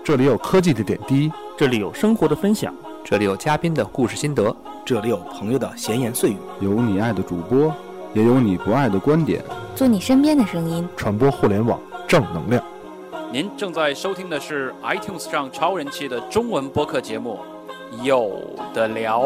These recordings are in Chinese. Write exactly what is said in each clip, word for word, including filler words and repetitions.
这里有科技的点滴， 这里有生活的分享， 这里有嘉宾的故事心得， 这里有朋友的闲言碎语， 有你爱的主播，也有你不爱的观点， 做你身边的声音， 传播互联网正能量。 您正在收听的是 iTunes 上超人气的中文播客节目《有的聊》。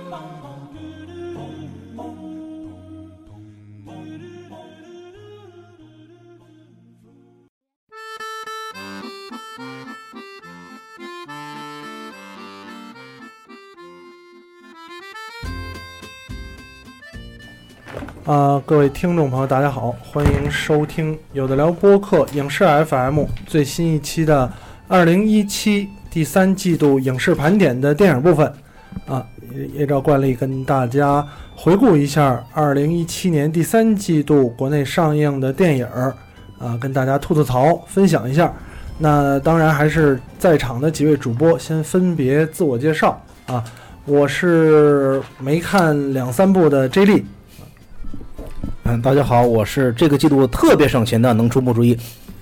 呃，各位听众朋友，大家好，欢迎收听有的聊播客影视 F M 最新一期的二零一七第三季度影视盘点的电影部分啊，依照惯例跟大家回顾一下二零一七年第三季度国内上映的电影啊，跟大家吐吐槽，分享一下。那当然还是在场的几位主播先分别自我介绍啊，我是没看两三部的 J 莉。 嗯，大家好，我是这个季度特别省钱的能出不注意。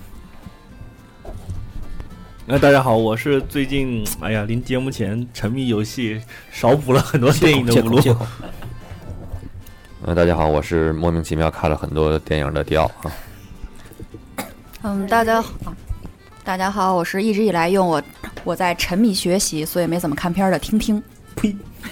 呃，大家好，我是最近哎呀临节目前沉迷游戏，少补了很多电影的目录。 呃，大家好，我是莫名其妙看了很多电影的迪奥啊。 嗯，大家好，大家好，我是一直以来用我我在沉迷学习，所以没怎么看片的听听。 呸！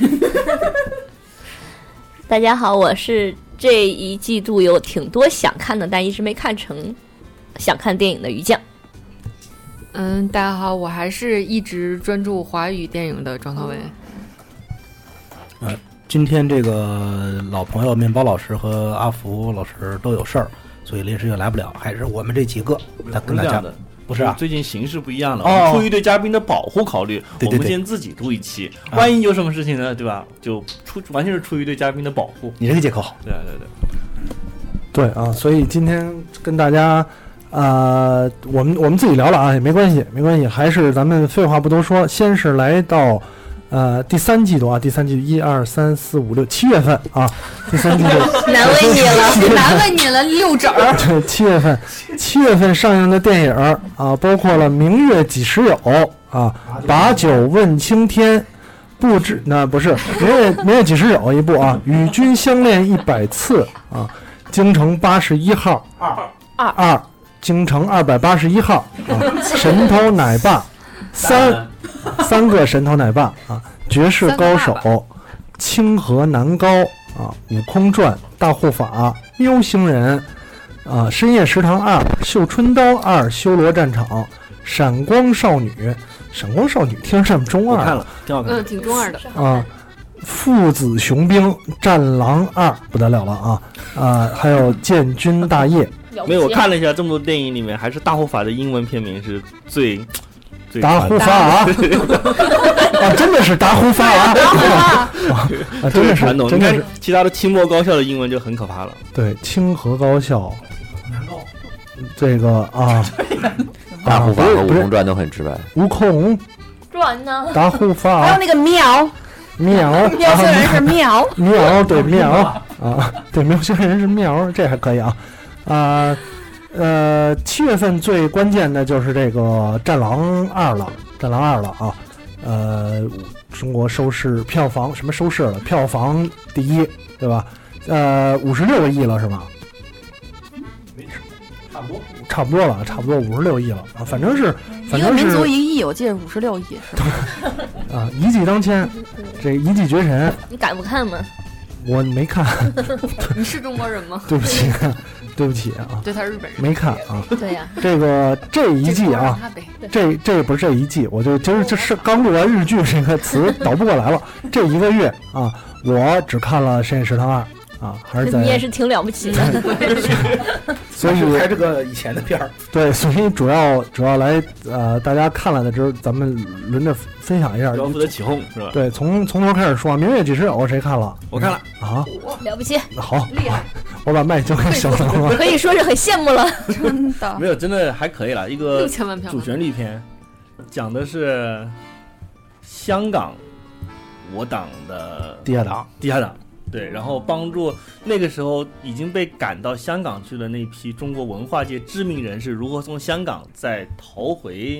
大家好，我是这一季度有挺多想看的，但一直没看成，想看电影的于酱。 嗯，大家好，我还是一直专注华语电影的庄涛伟。 呃，今天这个老朋友面包老师和阿福老师都有事儿，所以临时也来不了，还是我们这几个来跟大家。不是啊， 最近形势不一样了。 哦， 出于对嘉宾的保护考虑， 对对对， 我们先自己录一期，啊、万一有什么事情呢，对吧？就出完全是出于对嘉宾的保护。 你这个借口好。 对对对。对啊，所以今天跟大家，呃，我们我们自己聊了啊，也没关系，没关系，还是咱们废话不多说，先是来到。呃，第三季度啊，第三季度一二三四五六七月份啊，第三季度难为你了，难为你了，六整儿。 对，七月份，七月份上映的电影啊，包括了《明月几时有》啊，《把酒问青天》，不知那不是《明月明月几时有》一部啊，《与君相恋一百次》啊，《京城八十一号》 二二二，《京城二百八十一号》啊，《神偷奶爸》三。三个神偷奶爸啊，绝世高手，清河南高啊，悟空传，大护法，喵星人啊，深夜食堂二，绣春刀二，修罗战场，闪光少女，闪光少女听着这么中二， 我看了，挺好看， 嗯，挺中二的啊。父子雄兵，战狼二不得了了啊啊，还有建军大业。 没有，我看了一下这么多电影里面，还是大护法的英文片名是最。 达呼法啊！啊，真的是达呼法啊！ 达呼法啊，真的是传统。 真的是， 其他的清末高校的英文就很可怕了。 对，清河高校，这个啊， 大护法和悟空传都很直白。 悟空传呢？ 达呼法， 还有那个喵喵， 喵星人是喵喵，对喵啊，对喵星人是喵，这还可以啊啊。呃，七月份最关键的就是这个《战狼二》了，《战狼二》了啊！呃，中国收视票房什么收视了？票房第一，对吧？呃，五十六个亿了是吗？ 没事，差不多， 差不多了，差不多五十六亿了啊！反正是，反正是一个民族一个亿，我记得五十六亿是吧？ 啊，一骑当千，这一骑绝尘。 你敢不看吗？ 我没看。 你是中国人吗？ 对不起。对不起啊， 对，他是日本人， 没看啊。 对呀， 这个这一季啊，这这不是这一季，我就今儿这是刚录完日剧这个词倒不过来了。这一个月啊，我只看了《深夜食堂二》啊，还是在你也是挺了不起的。 所以还是个以前的片儿。 对，所以主要主要来呃，大家看了的之后，咱们轮着分享一下。 主要负责起哄是吧？ 对，从从头开始说，《明月几时有》谁看了？ 我看了啊， 了不起， 好厉害。 我把麦交给小能了， 可以说是很羡慕了， 真的。 没有，真的还可以了。一个六千万票主旋律片，讲的是香港我党的地下党， 地下党。对，然后帮助那个时候已经被赶到香港去的那批中国文化界知名人士，如何从香港再逃回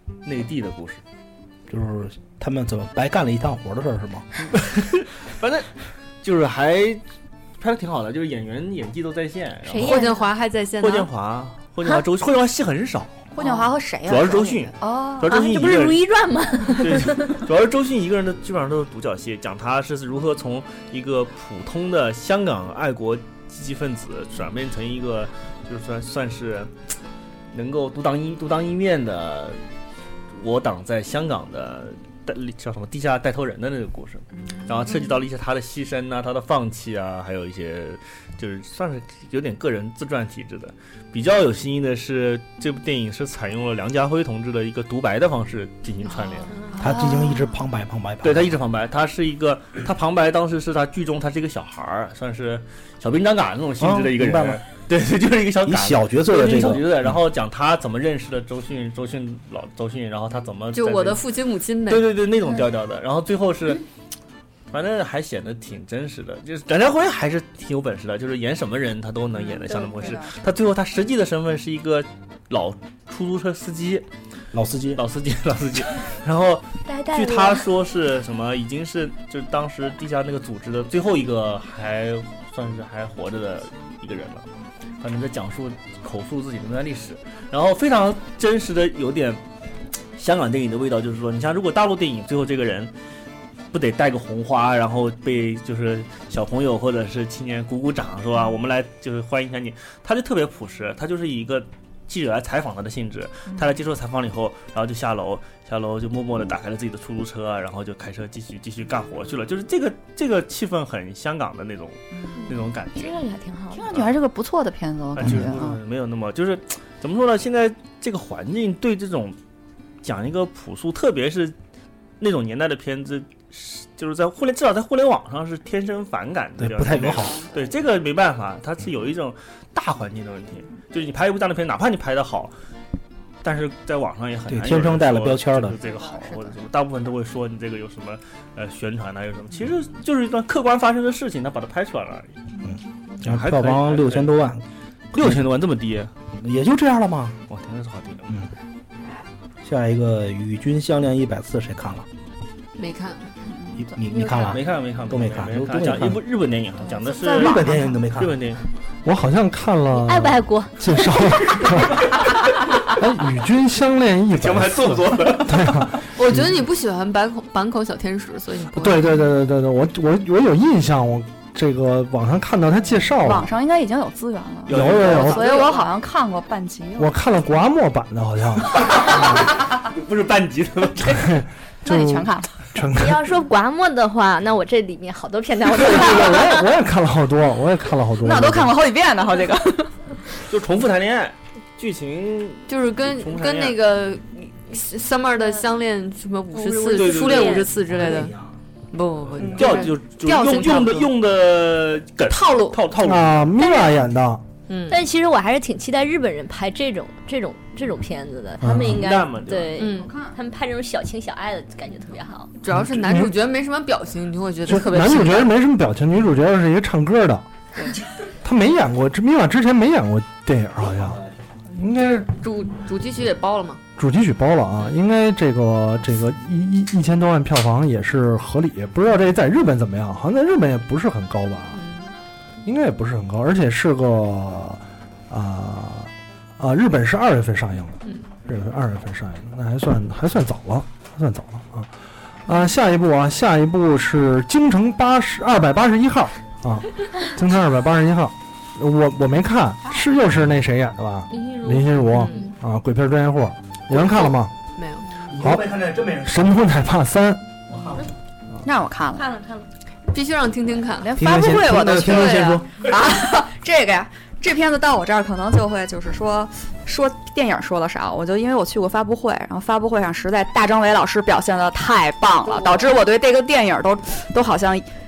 内地的故事， 就是他们怎么白干了一趟活的事儿是吗？ 反正就是还拍的挺好的，就是演员演技都在线。 谁？霍建华还在线呢？ 霍建华，霍建华周，霍建华戏很少。 霍建华和谁呀、啊？ 主要是周迅哦， 主要周迅、 啊、这不是《如懿传》吗？ 对，主要是周迅一个人的，基本上都是独角戏，讲他是如何从一个普通的香港爱国积极分子转变成一个，就是算算是能够独当一独当一面的我党在香港的叫什么地下带头人的那个故事，然后涉及到了一些他的牺牲啊，他的放弃啊，还有一些就是算是有点个人自传体制的。比较有新意的是，这部电影是采用了梁家辉同志的一个独白的方式进行串联。 他进行一直旁白旁白旁白。 对，他一直旁白，他是一个他旁白当时是他剧中他是一个小孩儿，算是小兵张嘎那种性质的一个人。哦、对对，就是一个小以小角色的这个小角色，然后讲他怎么认识的周迅，周迅老周迅，然后他怎么就我的父亲母亲呗。 对对对，那种调调的，然后最后是。反正还显得挺真实的，就是梁家辉还是挺有本事的，就是演什么人他都能演得像那么回事。他最后他实际的身份是一个老出租车司机， 老司机， 老司机，老司机。然后据他说是什么，已经是就是当时地下那个组织的最后一个还算是还活着的一个人了。反正在讲述口述自己的那段历史，然后非常真实的，有点香港电影的味道。就是说，你像如果大陆电影最后这个人。不得带个红花，然后被就是小朋友或者是青年鼓鼓掌，是吧？我们来就是欢迎一下你，他就特别朴实，他就是以一个记者来采访他的性质。他来接受采访了以后，然后就下楼，下楼就默默地打开了自己的出租车，然后就开车继续继续干活去了。就是这个这个气氛很香港的那种、嗯、那种感觉， 听上去还挺好的， 听上去还是个不错的片子，我感觉、 嗯、没有那么就是怎么说呢？现在这个环境对这种讲一个朴素，特别是那种年代的片子。就是在互联，至少在互联网上是天生反感的， 对，不太友好。 对，这个没办法，它是有一种大环境的问题。就是你拍一部这样的片，哪怕你拍得好，但是在网上也很难。 对，天生带了标签的， 这个好或者什么，大部分都会说你这个有什么呃宣传啊，有什么，其实就是一段客观发生的事情，他把它拍出来了而已。 嗯，然后票房六千多万， 六千多万这么低， 也就这样了吗？ 哇，真的是好低。 嗯。下一个《与君相恋一百次》谁看了？ 没看。 你你你看了？ 没看没看都没看， 都没看。讲一部日本电影，讲的是日本电影，你都没看？ 日本电影， 我好像看了。 爱不爱国？ 介绍。哎，与君相恋一百次， 节目还做不做的？ 对啊。 我觉得你不喜欢坂口坂口小天使，所以你不。 对对对对对对，我我我有印象，我这个网上看到他介绍了。 网上应该已经有资源了。 有有有。 所以我好像看过半集。 我看了古阿莫版的，好像。 不是半集的吗？ 那你全看了。 你要说古阿莫的话，那我这里面好多片段我都看了。我也我也看了好多，我也看了好多。 那我都看过好几遍呢，好几个。 就重复谈恋爱，剧情就是跟跟那个 Summer 的相恋什么五十次，初恋五十次之类的。不不不， 调就就用用的用的梗套路套套路啊，米娅演的。 嗯，但其实我还是挺期待日本人拍这种这种这种片子的，他们应该、 嗯、 对， 嗯， 他们拍这种小情小爱的感觉特别好。 主要是男主角没什么表情，你就会觉得特别。 男主角没什么表情，女主角是一个唱歌的，他没演过，米娅之前没演过电影，好像应该是主主题曲也包了吗？ 主题曲包了啊，应该这个这个一一一千多万票房也是合理，不知道这在日本怎么样，好像在日本也不是很高吧。应该也不是很高，而且是个啊啊、呃，日本是二月份上映的， 嗯， 日本二月份上映的，那还算还算早了，还算早了啊啊！下一步啊，下一步是京城八十二百八十一号啊，京城二百八十一号，我我没看，是又是那谁演的吧？林心如啊， 嗯、 啊，鬼片专业户，有人看了吗？ 没有。 好， 没看这真没人。 神偷奶爸三， 我看了，让我看了， 看了看了。 必须让听听看， 连发布会我都去了呀！ 啊， 这个呀，这片子到我这儿可能就会就是说说电影说了啥，我就因为我去过发布会，然后发布会上实在大张伟老师表现的太棒了，导致我对这个电影都都好像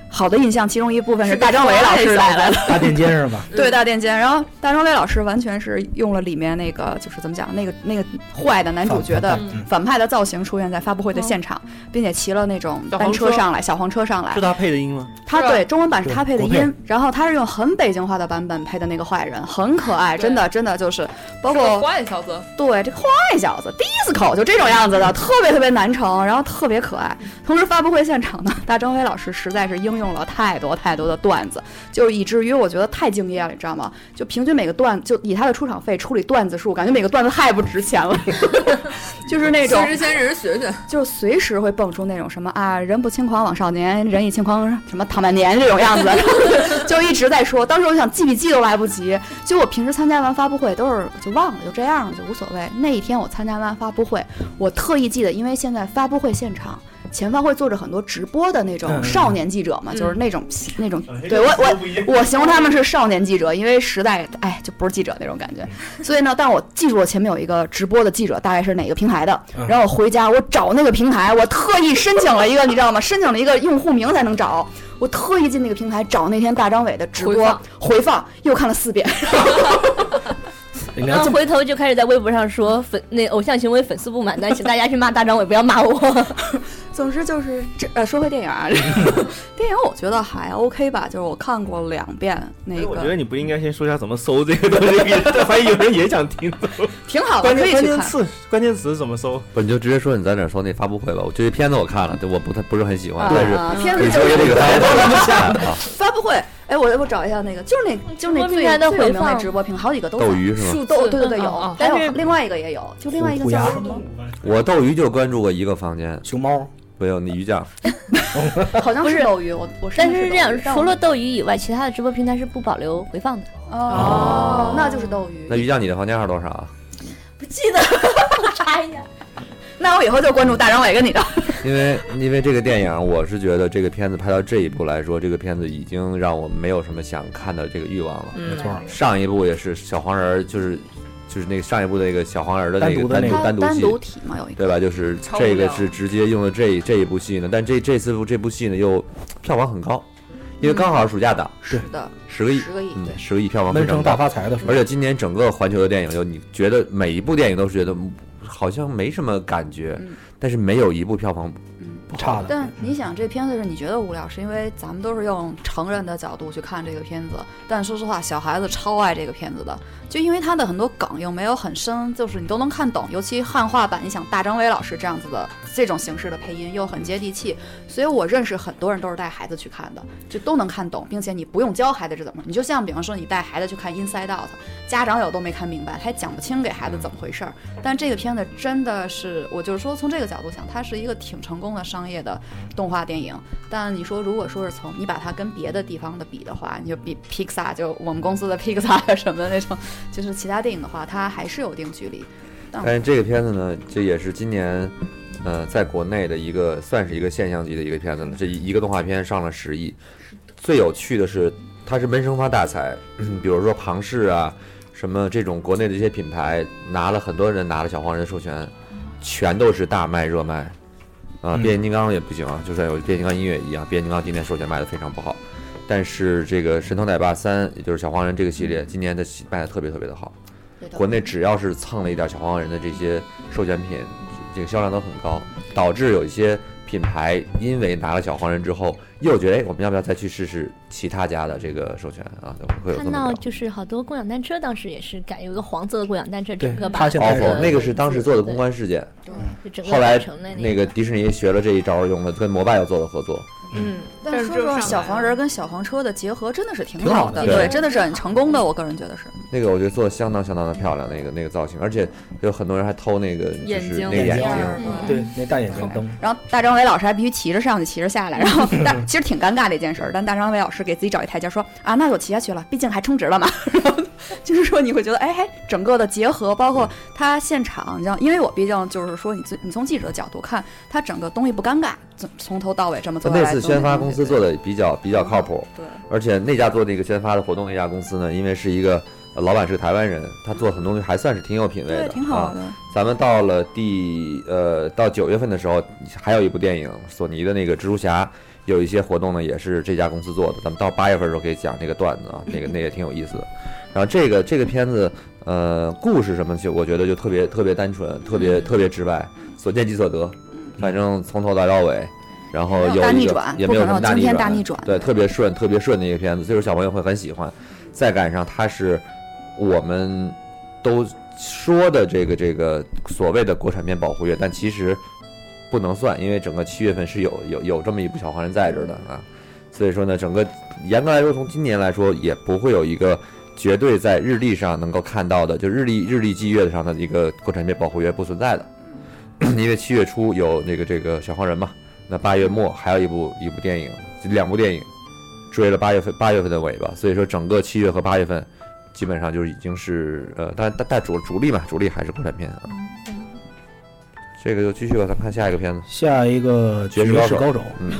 好的印象，其中一部分是大张伟老师带来的大垫肩是吧？ 对，大垫肩。然后大张伟老师完全是用了里面那个就是怎么讲，那个那个坏的男主角的反派的造型出现在发布会的现场，并且骑了那种单车上来，小黄车上来。 是他配的音吗？ 他对中文版是他配的音，然后他是用很北京话的版本配的那个坏人，很可爱，真的真的就是包括坏小子， 对这个坏小子 disco 就这种样子的，特别特别难成，然后特别可爱。同时发布会现场呢，大张伟老师实在是应用了太多太多的段子，就以至于我觉得太敬业了，你知道吗？就平均每个段就以他的出场费处理段子数，感觉每个段子太不值钱了，就是那种之前人学学， 就随时会蹦出那种什么啊，人不轻狂枉少年，人亦轻狂什么唐半年这种样子，就一直在说。当时我想记笔记都来不及，就我平时参加完发布会都是就忘了，就这样就无所谓。那一天我参加完发布会，我特意记得，因为现在发布会现场前方会坐着很多直播的那种少年记者嘛，嗯、就是那种那种，对我我我形容他们是少年记者，因为时代哎就不是记者那种感觉，所以呢，但我记住了前面有一个直播的记者，大概是哪个平台的，然后我回家我找那个平台，我特意申请了一个，你知道吗？申请了一个用户名才能找，我特意进那个平台找那天大张伟的直播回放，回放又看了四遍。 然后回头就开始在微博上说粉那偶像行为粉丝不买单，请大家去骂大张伟，不要骂我。 总之就是这呃，说回电影啊，电影我觉得还 OK 吧，就是我看过两遍那个。 我觉得你不应该先说一下怎么搜这个东西，发现有人也想听。 挺好的，可以去看。 关键词关键词怎么搜？ 不，你就直接说你在哪儿搜那发布会吧。我这些片子我看了，我不太不是很喜欢，但是、 啊、片子你说这个发布会发布会。哎，我我找一下那个，就是那就是那最最有名的直播屏，好几个都斗鱼是吗？ 斗对对对有， 嗯、 还有另外一个也有，就另外一个叫什么？ 我斗鱼就关注过一个房间， 熊猫没有那鱼酱， 好像是斗鱼，我我但是这样，除了斗鱼以外，其他的直播平台是不保留回放的。 哦，那就是斗鱼。 那鱼酱你的房间号多少啊？ 不记得，查一下。那我以后就关注大张伟跟你的。 因为因为这个电影，我是觉得这个片子拍到这一步来说，这个片子已经让我没有什么想看的这个欲望了。 没错， 上一部也是小黄人，就是就是那个上一部的那个小黄人的那个单独单独单独体嘛，有一个对吧？就是这个是直接用了这这一部戏呢，但这这次这部戏呢又票房很高，因为刚好是暑假档， 是的， 十个亿， 十个亿， 嗯，十个亿票房非常高， 闷声大发财的。 而且今年整个环球的电影，就你觉得每一部电影都是觉得好像没什么感觉， 嗯、 但是没有一部票房不差的。 但你想，这片子是你觉得无聊，是因为咱们都是用成人的角度去看这个片子。但说实话，小孩子超爱这个片子的，就因为它的很多梗又没有很深，就是你都能看懂。尤其汉化版，你想大张伟老师这样子的这种形式的配音又很接地气，所以我认识很多人都是带孩子去看的，就都能看懂，并且你不用教孩子是怎么。你就像比方说你带孩子去看 Inside Out， 家长有都没看明白，还讲不清给孩子怎么回事儿。但这个片子真的是，我就是说从这个角度想，它是一个挺成功的商业的动画电影。但你说如果说是从你把它跟别的地方的比的话，你就比 Pixar 就我们公司的 Pixar 什么的那种，就是其他电影的话，它还是有一定距离。 但是这个片子呢，这也是今年呃在国内的一个算是一个现象级的一个片子了。这一个动画片上了十亿，最有趣的是它是闷声发大财，嗯、比如说庞氏啊什么这种国内的这些品牌拿了很多人拿了小黄人的授权，全都是大卖热卖。啊、呃，变形金刚也不行啊，就算有变形金刚音乐也一样，变形金刚今年授权卖的非常不好，但是这个神偷奶爸三，也就是小黄人这个系列，今年的卖的特别特别的好。国内只要是蹭了一点小黄人的这些授权品，这个销量都很高，导致有一些品牌因为拿了小黄人之后，又觉得哎，我们要不要再去试试其他家的这个授权啊？会有这么看到就是好多共享单车，当时也是改有一个黄色的共享单车，整个把它哦，那个是当时做的公关事件，后来那个迪士尼学了这一招，用了跟摩拜要做的合作。 嗯，但是说实话，小黄人跟小黄车的结合真的是挺好的，对，真的是很成功的，我个人觉得是。 那个我觉得做的相当相当的漂亮，那个那个造型，而且有很多人还偷那个就是那个眼睛， 对，那大眼睛灯。 然后大张伟老师还必须骑着上去，骑着下来，然后但其实挺尴尬的一件事，但大张伟老师给自己找一台阶，说啊，那我骑下去了，毕竟还充值了嘛。然后就是说你会觉得，哎，整个的结合，包括他现场，你知道，因为我毕竟就是说你你从记者的角度看，他整个东西不尴尬，从头到尾这么做下来。 那次宣发公司做的比较比较靠谱， 对， 而且那家做那个宣发的活动那家公司呢，因为是一个老板是个台湾人，他做很多东西还算是挺有品位的， 对，挺好的。 啊、咱们到了第呃到九月份的时候，还有一部电影，索尼的那个蜘蛛侠有一些活动呢也是这家公司做的，咱们到八月份的时候可以讲这个段子啊，那个那也挺有意思的。然后这个这个片子，呃，故事什么就我觉得就特别特别单纯，特别特别直白，所见即所得，反正从头到到尾，然后有一个也没有什么大逆转， 大逆转， 对，特别顺特别顺的一个片子，所以说小朋友会很喜欢。再赶上它是我们都说的这个这个所谓的国产片保护月，但其实不能算，因为整个七月份是有有有这么一部小黄人在这的啊，所以说呢，整个严格来说，从今年来说也不会有一个绝对在日历上能够看到的，就日历日历季月上的一个国产片保护月不存在的，因为七月初有那个这个小黄人嘛，那八月末还有一部一部电影，两部电影追了八月份八月份的尾巴，所以说整个七月和八月份基本上就是已经是呃，但但但主主力嘛，主力还是国产片啊。这个就继续吧，咱看下一个片子。 下一个绝世高手， 嗯，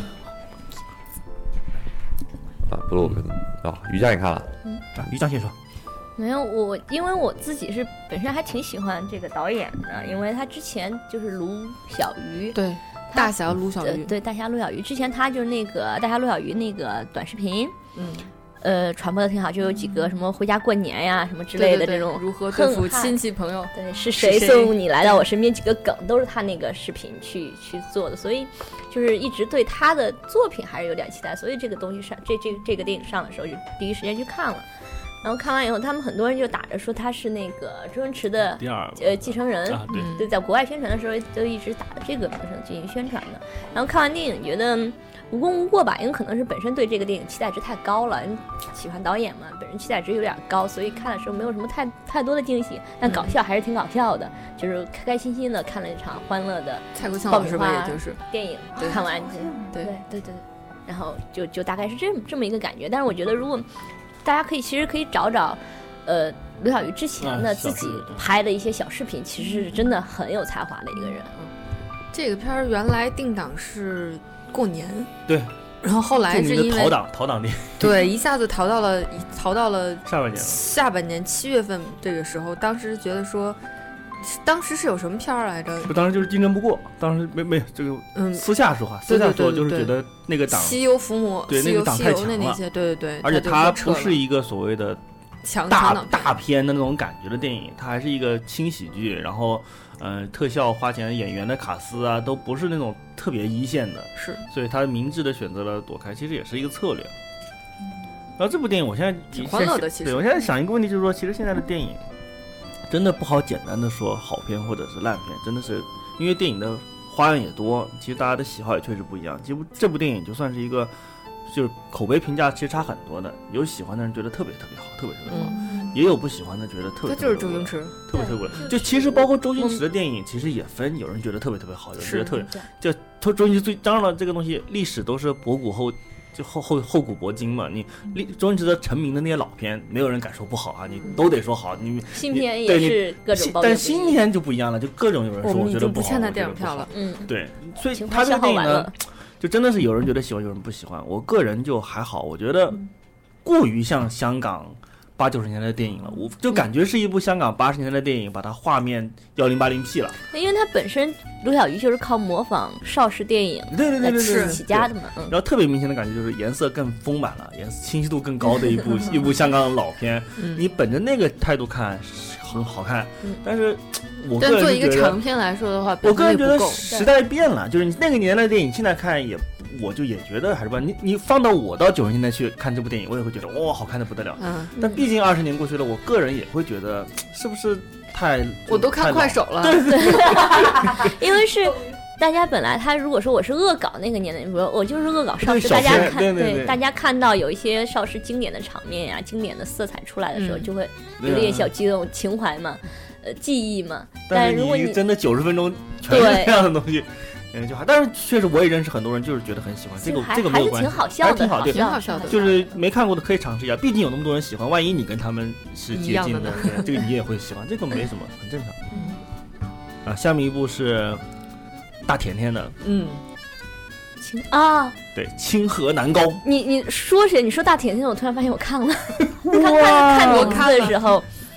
啊，不录啊，于酱也看了， 嗯，啊，于酱先说。 没有我，因为我自己是本身还挺喜欢这个导演的，因为他之前就是卢小鱼， 对，大侠卢小鱼， 对，大侠卢小鱼，之前他就是那个大侠卢小鱼那个短视频， 嗯。 呃，传播的挺好，就有几个什么回家过年呀，什么之类的这种， 对对对，如何对付亲戚朋友， 对，是谁送你来到我身边，几个梗都是他那个视频去去做的，所以就是一直对他的作品还是有点期待，所以这个东西上，这这这个电影上的时候就第一时间去看了，然后看完以后，他们很多人就打着说他是那个周星驰的第二呃继承人， 啊、对, 对，在国外宣传的时候就一直打着这个名声进行宣传的，然后看完电影觉得无功无过吧，因为可能是本身对这个电影期待值太高了，喜欢导演嘛，本身期待值有点高，所以看的时候没有什么太太多的惊喜，但搞笑还是挺搞笑的，就是开开心心的看了一场欢乐的蔡国强老师吧，也就是电影，看完对对对对，然后就就大概是这么这么一个感觉。但是我觉得如果大家可以其实可以找找，呃，刘晓瑜之前的自己拍的一些小视频，其实是真的很有才华的一个人。 这个片儿原来定档是过年， 对， 然后后来是因为逃档逃档电， 对，一下子逃到了逃到了下半年下半年七月份这个时候，当时觉得说，当时是有什么片儿来着？ 不，当时就是竞争不过，当时没没这个， 嗯， 私下说话，私下说就是觉得那个档西游伏魔， 对那个档太强了， 那些，对对对， 而且它不是一个所谓的强大大片的那种感觉的电影，它还是一个轻喜剧，然后。呃，特效花钱演员的卡斯啊，都不是那种特别一线的， 是， 所以他明智的选择了躲开，其实也是一个策略。然后这部电影，我现在挺欢乐的，其实对我现在想一个问题，就是说，其实现在的电影真的不好简单的说好片或者是烂片，真的是因为电影的花样也多，其实大家的喜好也确实不一样。其实这部电影就算是一个，就是口碑评价其实差很多的，有喜欢的人觉得特别特别好，特别特别好。嗯也有不喜欢的，觉得特别， 他就是周星驰， 特别特别。就其实包括周星驰的电影，其实也分，有人觉得特别特别好，有人觉得特别。就周周星驰最当然了，这个东西历史都是博古后，就后后后古博今嘛。你周星驰的成名的那些老片，没有人敢说不好啊，你都得说好。你新片也是各种抱怨， 但新片就不一样了，就各种有人说我觉得不好， 不欠他电影票了。 嗯，对，所以他这个电影呢，就真的是有人觉得喜欢，有人不喜欢。我个人就还好，我觉得过于像香港。八九十年代的电影了，我就感觉是一部香港八十年代的电影，把它画面幺零八零 P 了。 因为它本身卢小鱼就是靠模仿邵氏电影对对对对对起家的嘛， 然后特别明显的感觉就是颜色更丰满了，颜色清晰度更高的一部一部香港的老片。 嗯、 你本着那个态度看很好看， 嗯、 但是我个人但做一个长片来说的话， 我个人觉得时代变了，就是你那个年代的电影现在看也。我就也觉得还是吧，你你放到我到九十年代去看这部电影，我也会觉得哇、哦，好看的不得了。 嗯， 但毕竟二十年过去了，我个人也会觉得是不是太…… 我都看快手了， 对对，因为是大家本来他如果说我是恶搞那个年代，比如我就是恶搞邵氏，大家看对, 对, 对, 对大家看到有一些邵氏经典的场面呀、经典的色彩出来的时候， 嗯、 就会有点小激动、情怀嘛，呃，记忆嘛。 但是如果你真的九十分钟全是这样的东西。嗯，就还，但是确实我也认识很多人，就是觉得很喜欢这个，这个没有关系， 挺好笑的， 挺好， 挺好笑的。 就是没看过的可以尝试一下，毕竟有那么多人喜欢，万一你跟他们是接近的，对这个你也会喜欢，这个没什么，很正常。啊，下面一部是大甜甜的， 嗯， 清啊， 对，清河南高。 你你说谁？你说大甜甜，我突然发现我看了，刚看看名字的时候。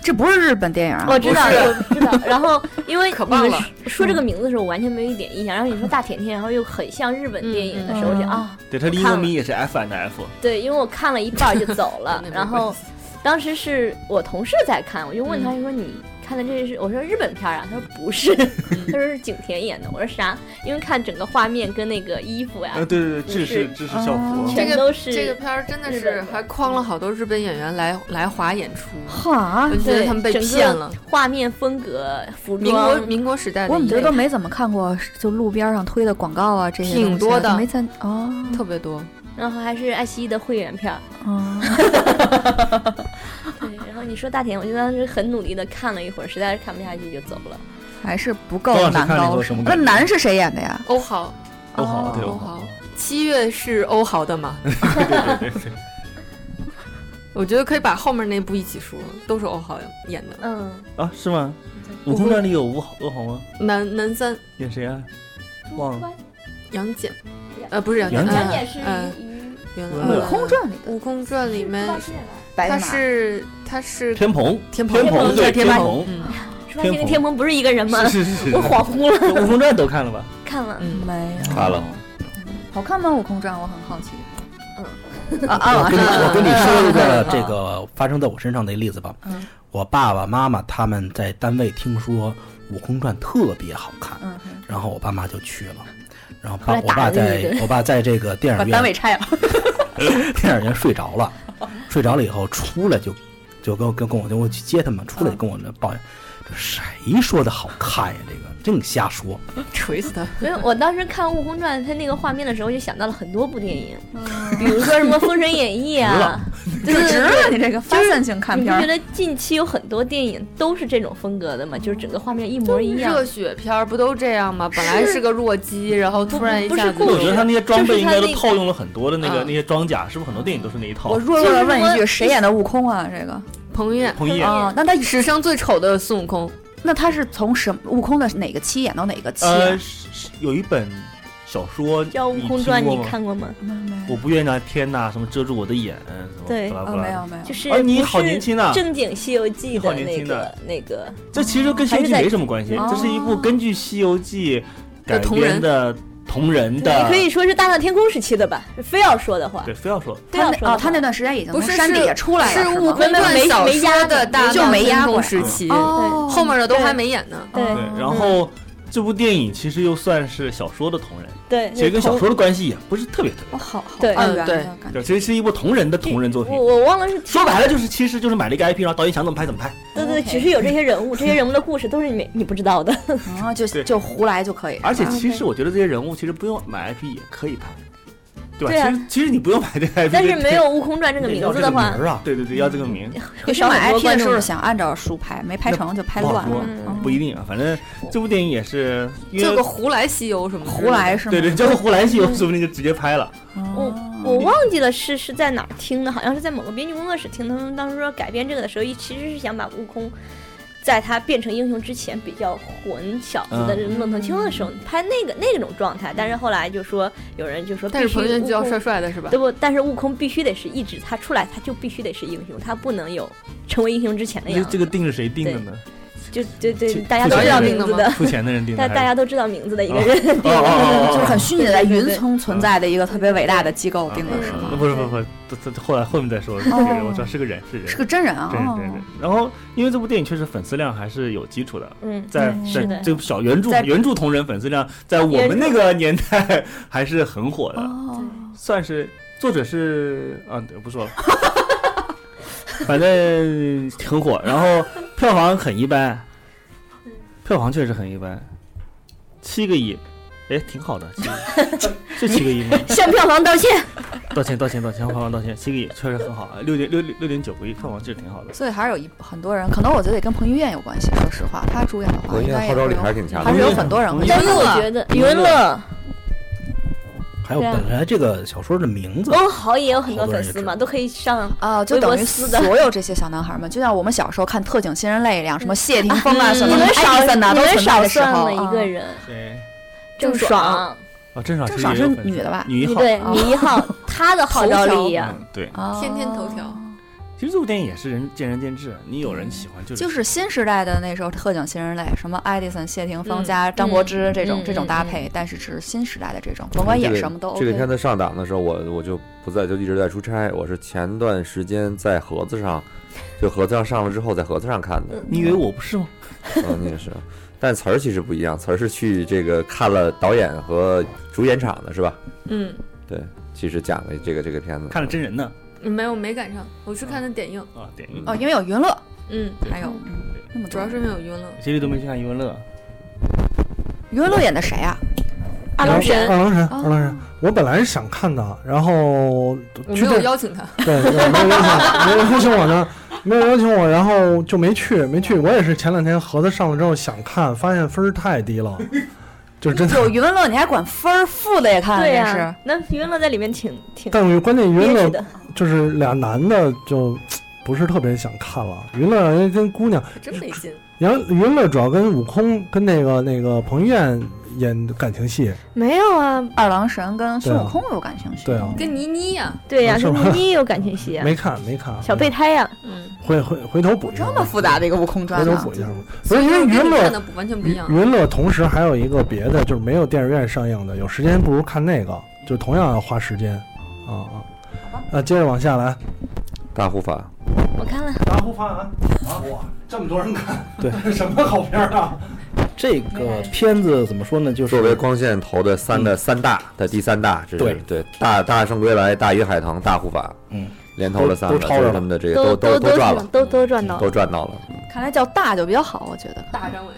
这不是日本电影啊！ 我知道，我知道。然后因为可棒了， 说这个名字的时候，我完全没有一点印象。然后你说大甜甜，然后又很像日本电影的时候，我就啊， 对，它的英文名也是 F and F。 对，因为我看了一半就走了，然后当时是我同事在看，我就问他说你。看的这是我说日本片啊，他说不是，他说是景甜演的。我说啥？因为看整个画面跟那个衣服呀， 啊对对对，制式制式校服， 全都是这个片儿真的是还诓了好多日本演员来来华演出。 哈， 我觉得他们被骗了。 画面风格、服装， 民国民国时代的， 我们这都没怎么看过，就路边上推的广告啊，这些挺多的， 没参哦， 特别多。 然后还是爱奇艺的会员票。 哦。 对，然后你说大甜，我就当时很努力的看了一会儿，实在是看不下去就走了， 还是不够男高手。那男是谁演的呀？ 欧豪， 欧豪，对， 欧豪。七月是欧豪的嘛？ 对对对对。 我觉得可以把后面那部一起说，都是欧豪演的。 嗯。 啊，是吗？悟空传里有欧豪欧豪吗？ 男男三演谁啊？忘了。 杨戬，呃，不是杨戬， 杨戬是嗯。 悟空传里的，悟空传里面，他是他是天蓬， 天蓬，天蓬，对，天蓬。说天跟天蓬不是一个人吗？ 是是是， 我恍惚了。 悟空传都看了吧？ 看了， 没有。 看了。 好看吗？悟空传，我很好奇。 嗯。 啊啊！ 我跟你我跟你说一个这个发生在我身上的例子吧。 嗯。 我爸爸妈妈他们在单位听说悟空传特别好看， 嗯， 然后我爸妈就去了。然后爸，我爸在，我爸在这个电影院， 把单位拆了， 电影院睡着了，睡着了以后出来就，就跟跟跟我，就我去接他们，出来跟我那抱怨，这谁说的好看呀？这个净瞎说， 锤死他！ 没有，我当时看《悟空传》他那个画面的时候，就想到了很多部电影，比如说什么《封神演义》啊， 就值了你这个发散性看片。 你不觉得近期有很多电影都是这种风格的吗？就是整个画面一模一样。 热血片不都这样吗？本来是个弱鸡，然后突然一下子， 我觉得他那些装备应该都套用了很多的那个那些装甲，是不是很多电影都是那一套？ 我弱弱的问一句，谁演的悟空啊？这个彭于晏。 彭于晏啊，那他史上最丑的孙悟空。 那他是从什么悟空的哪个期演到哪个期、啊？ 呃，有一本小说叫《悟空传》，你看过吗？ 我不愿拿天呐什么遮住我的眼。 对， 哦，没有没有， 就是啊，你好年轻啊！ 正经《西游记》 的那个那个， 这其实跟《西游记》没什么关系，这是一部根据《西游记》改编的。同人的， 你可以说是大闹天宫时期的吧？非要说的话， 对，非要说， 非要说啊，他那段时间已经从山底下出来了， 是悟空传小说的大闹天宫时期，后面的都还没演呢。 对， 然后这部电影其实又算是小说的同人， 对， 其实跟小说的关系也不是特别特别，好好对对对，其实是一一部同人的同人作品。 我我忘了是说白了就是，其实就是买了一个 I P， 然后导演想怎么拍怎么拍。 对对，只是有这些人物，这些人物的故事都是你你不知道的， 啊，就就胡来就可以。 而且其实我觉得这些人物其实不用买 I P 也可以拍。对吧？其实其实你不用买这个 I P， 但是没有《悟空传》这个名字的话， 啊，对对对，要这个名。 可是买 I P 的时候想按照书拍，没拍成就拍乱了。 不一定啊，反正这部电影也是叫个胡来西游什么？ 胡来是吗？ 对对，叫个胡来西游，说不定就直接拍了。 我我忘记了是是在哪儿听的，好像是在某个编剧工作室听。他们当时说改编这个的时候，其实是想把悟空。在他变成英雄之前，比较混小子的愣头青的时候，嗯、拍那个那种状态，但是后来就说有人就说， 但是彭于晏就要帅帅的是吧？ 对不？但是悟空必须得是一直他出来，他就必须得是英雄，他不能有成为英雄之前的样子。 这个定是谁定的呢？ 就对对，大家都知道名字的， 出钱的人定的， 但大家都知道名字的一个人定的， 就是很虚拟的在云层存在的一个特别伟大的机构定的是吗？ 不是不是不是，后来后面再说这个人，我知道是个人，是人， 是个真人啊， 真人真人。然后因为这部电影确实粉丝量还是有基础的， 嗯， 在在这部小原著原著同人粉丝量，在我们那个年代还是很火的，算是作者是啊，不说了。反正很火，然后票房很一般，票房确实很一般，七个亿，哎，挺好的，是七个亿吗？ 向票房道歉， 道歉，道歉，道歉，向票房道歉，七个亿确实很好啊，六点六六点九个亿，票房确实挺好的。 所以还是有一很多人，可能我觉得也跟彭于晏有关系。说实话，他主演的话， 彭于晏号召力还是挺强的， 还是有很多人。 但是我觉得余文乐。 还有本来这个小说的名字， 欧豪也有很多粉丝嘛，都可以上啊，就等于所有这些小男孩们，就像我们小时候看《特警新人类》一样，什么谢霆锋啊，什么艾迪森呐，都存在的时候， 了一个人， 谁？ 郑爽啊，郑爽， 郑爽是女的吧？ 女一号， 对，女一号，她的号召力呀， 对， 天天头条。 其实这部电影也是人见仁见智，你有人喜欢就就是新时代的那时候特警新人类，什么艾迪森、谢霆锋加张柏芝这种、嗯、这种搭配、嗯，但是只是新时代的这种，甭管演什么都 OK。 这个片子上档的时候，我我就不在，就一直在出差。我是前段时间在盒子上，就盒子上上了之后，在盒子上看的。 你以为我不是吗？ 嗯，你也是。但词儿其实不一样，词儿是去这个看了导演和主演场的是吧？ 嗯， 对，其实讲的这个这个片子， 看了真人呢。 没有，没赶上，我是看的点映啊，点映哦，因为有余文乐， 嗯， 还有，嗯，那么主要是因为有余文乐， 这里都没去看余文乐。 余文乐演的谁啊？ 二郎神， 二郎神，二郎神。我本来是想看的，然后我没有邀请他， 对，对没有邀请，没有邀请我呢，没有邀请我，然后就没去，没去。我也是前两天盒子上了之后想看，发现分太低了。就是真的有余文乐，你还管分儿负的也看？ 对呀、啊， 那余文乐在里面挺挺， 但关键余文乐就是俩男的就不是特别想看了。余文乐跟姑娘真没劲。 然后余文乐主要跟悟空跟那个那个彭于晏演感情戏， 没有啊， 二郎神跟孙悟空有感情戏， 对啊， 跟倪妮呀， 对呀、啊，跟倪妮有感情戏啊， 没看没看， 小备胎呀、啊， 嗯， 回回回头补这么复杂的一个悟空传， 回头补一下。不是因为余文乐完全不一样， 余文乐同时还有一个别的，就是没有电影院上映的，有时间不如看那个，就同样要花时间啊啊。那接着往下来， 大护法， 我看了大护法啊，哇，这么多人看， 对， 什么好片啊？ 这个片子怎么说呢？就是作为光线投的三的、嗯、三大的第三大，这是对对大大圣归来、大鱼海棠、大护法， 嗯， 连投了三个， 都超了他们的这个都都都赚了， 都都赚到了， 都赚到了。 看来叫大就比较好，我觉得。 大张伟。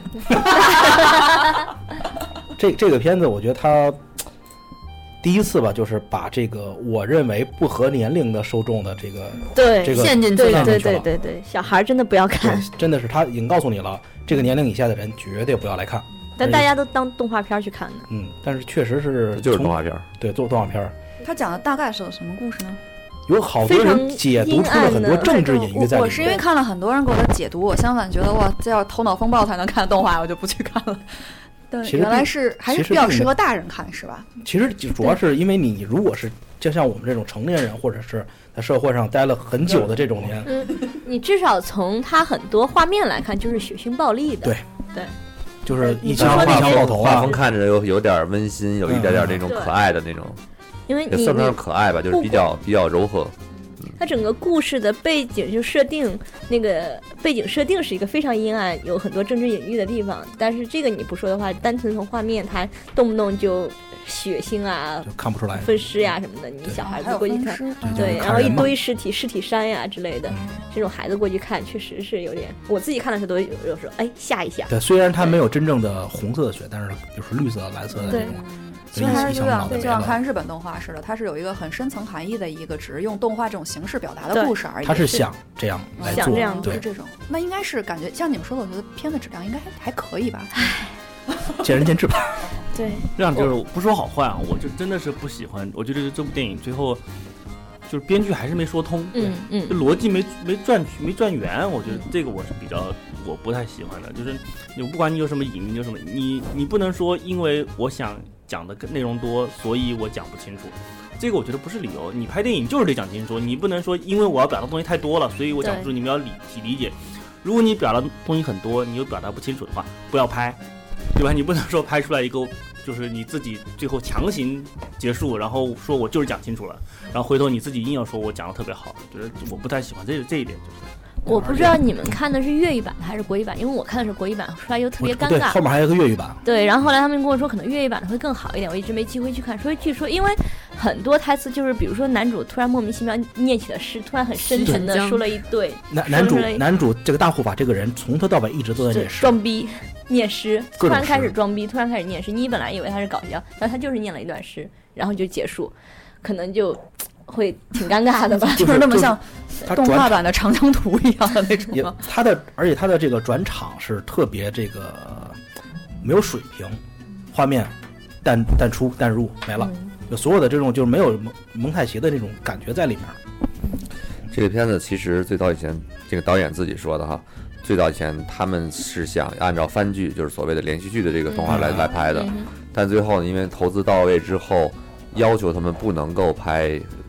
这这个片子，我觉得他第一次吧，就是把这个我认为不合年龄的受众的这个对这个陷进去对对对对对，小孩真的不要看， 真的是他已经告诉你了，这个年龄以下的人绝对不要来看。 但大家都当动画片去看的。 嗯，但是确实是就是动画片， 对，做动画片。 他讲的大概是什么故事呢？ 有好多人解读出了很多政治隐喻在里面。 我是因为看了很多人给我的解读，我相反觉得哇，这要头脑风暴才能看动画，我就不去看了。对，原来是还是比较适合大人看，是吧？ 其实主要是因为你如果是就像我们这种成年人，或者是在社会上待了很久的这种人， 嗯，你至少从他很多画面来看，就是血腥暴力的。 对对。 就是一枪一枪爆头啊， 画风看着有有点温馨，有一点点那种可爱的那种， 因为也算不上可爱吧，就是比较比较柔和。 它整个故事的背景就设定，那个背景设定是一个非常阴暗，有很多政治隐喻的地方。但是这个你不说的话，单纯从画面，它动不动就血腥啊， 就看不出来分尸呀什么的，你小孩子过去看， 对， 然后一堆尸体、尸体山呀之类的，这种孩子过去看，确实是有点，我自己看的时候都有有时候哎吓一下。 对，虽然它没有真正的红色的血，但是就是绿色、蓝色的那种。 其实还是就像就像看日本动画似的，它是有一个很深层含义的一个，只是用动画这种形式表达的故事而已。 它是想这样来做， 想这样对这种，那应该是感觉像你们说的，我觉得片子质量应该还还可以吧。 见仁见智吧。 对， 这样就是不说好坏啊，我就真的是不喜欢。我觉得这部电影最后就是编剧还是没说通， 嗯嗯， 逻辑没没转没转圆，我觉得这个我是比较我不太喜欢的。就是你不管你有什么隐喻，有什么你你不能说因为我想讲的内容多，所以我讲不清楚。这个我觉得不是理由。你拍电影就是得讲清楚，你不能说因为我要表达的东西太多了，所以我讲不出，你们要理体理解。如果你表达的东西很多，你又表达不清楚的话，不要拍，对吧？你不能说拍出来一个就是你自己最后强行结束，然后说我就是讲清楚了，然后回头你自己硬要说我讲的特别好，就是我不太喜欢这这一点。就是我不知道你们看的是粤语版的还是国语版，因为我看的是国语版，出来又特别尴尬。 对，后面还有一个粤语版。 对，然后后来他们跟我说，可能粤语版的会更好一点，我一直没机会去看。所以据说，因为很多台词就是，比如说男主突然莫名其妙念起了诗，突然很深沉的说了一对。 男男主男主这个大护法这个人从头到尾一直都在念诗， 装逼念诗，突然开始装逼，突然开始念诗。你本来以为他是搞笑，但他就是念了一段诗，然后就结束，可能就会挺尴尬的吧， 就是、就是那么像动画版的长江图一样的那种吗？ 他的，而且他的这个转场是特别这个没有水平，画面淡淡出淡入没了，嗯、就所有的这种就是没有蒙蒙太奇的那种感觉在里面。 这个片子其实最早以前这个导演自己说的哈，最早以前他们是想按照番剧，就是所谓的连续剧的这个动画来、嗯、来拍的、嗯，但最后因为投资到位之后，要求他们不能够拍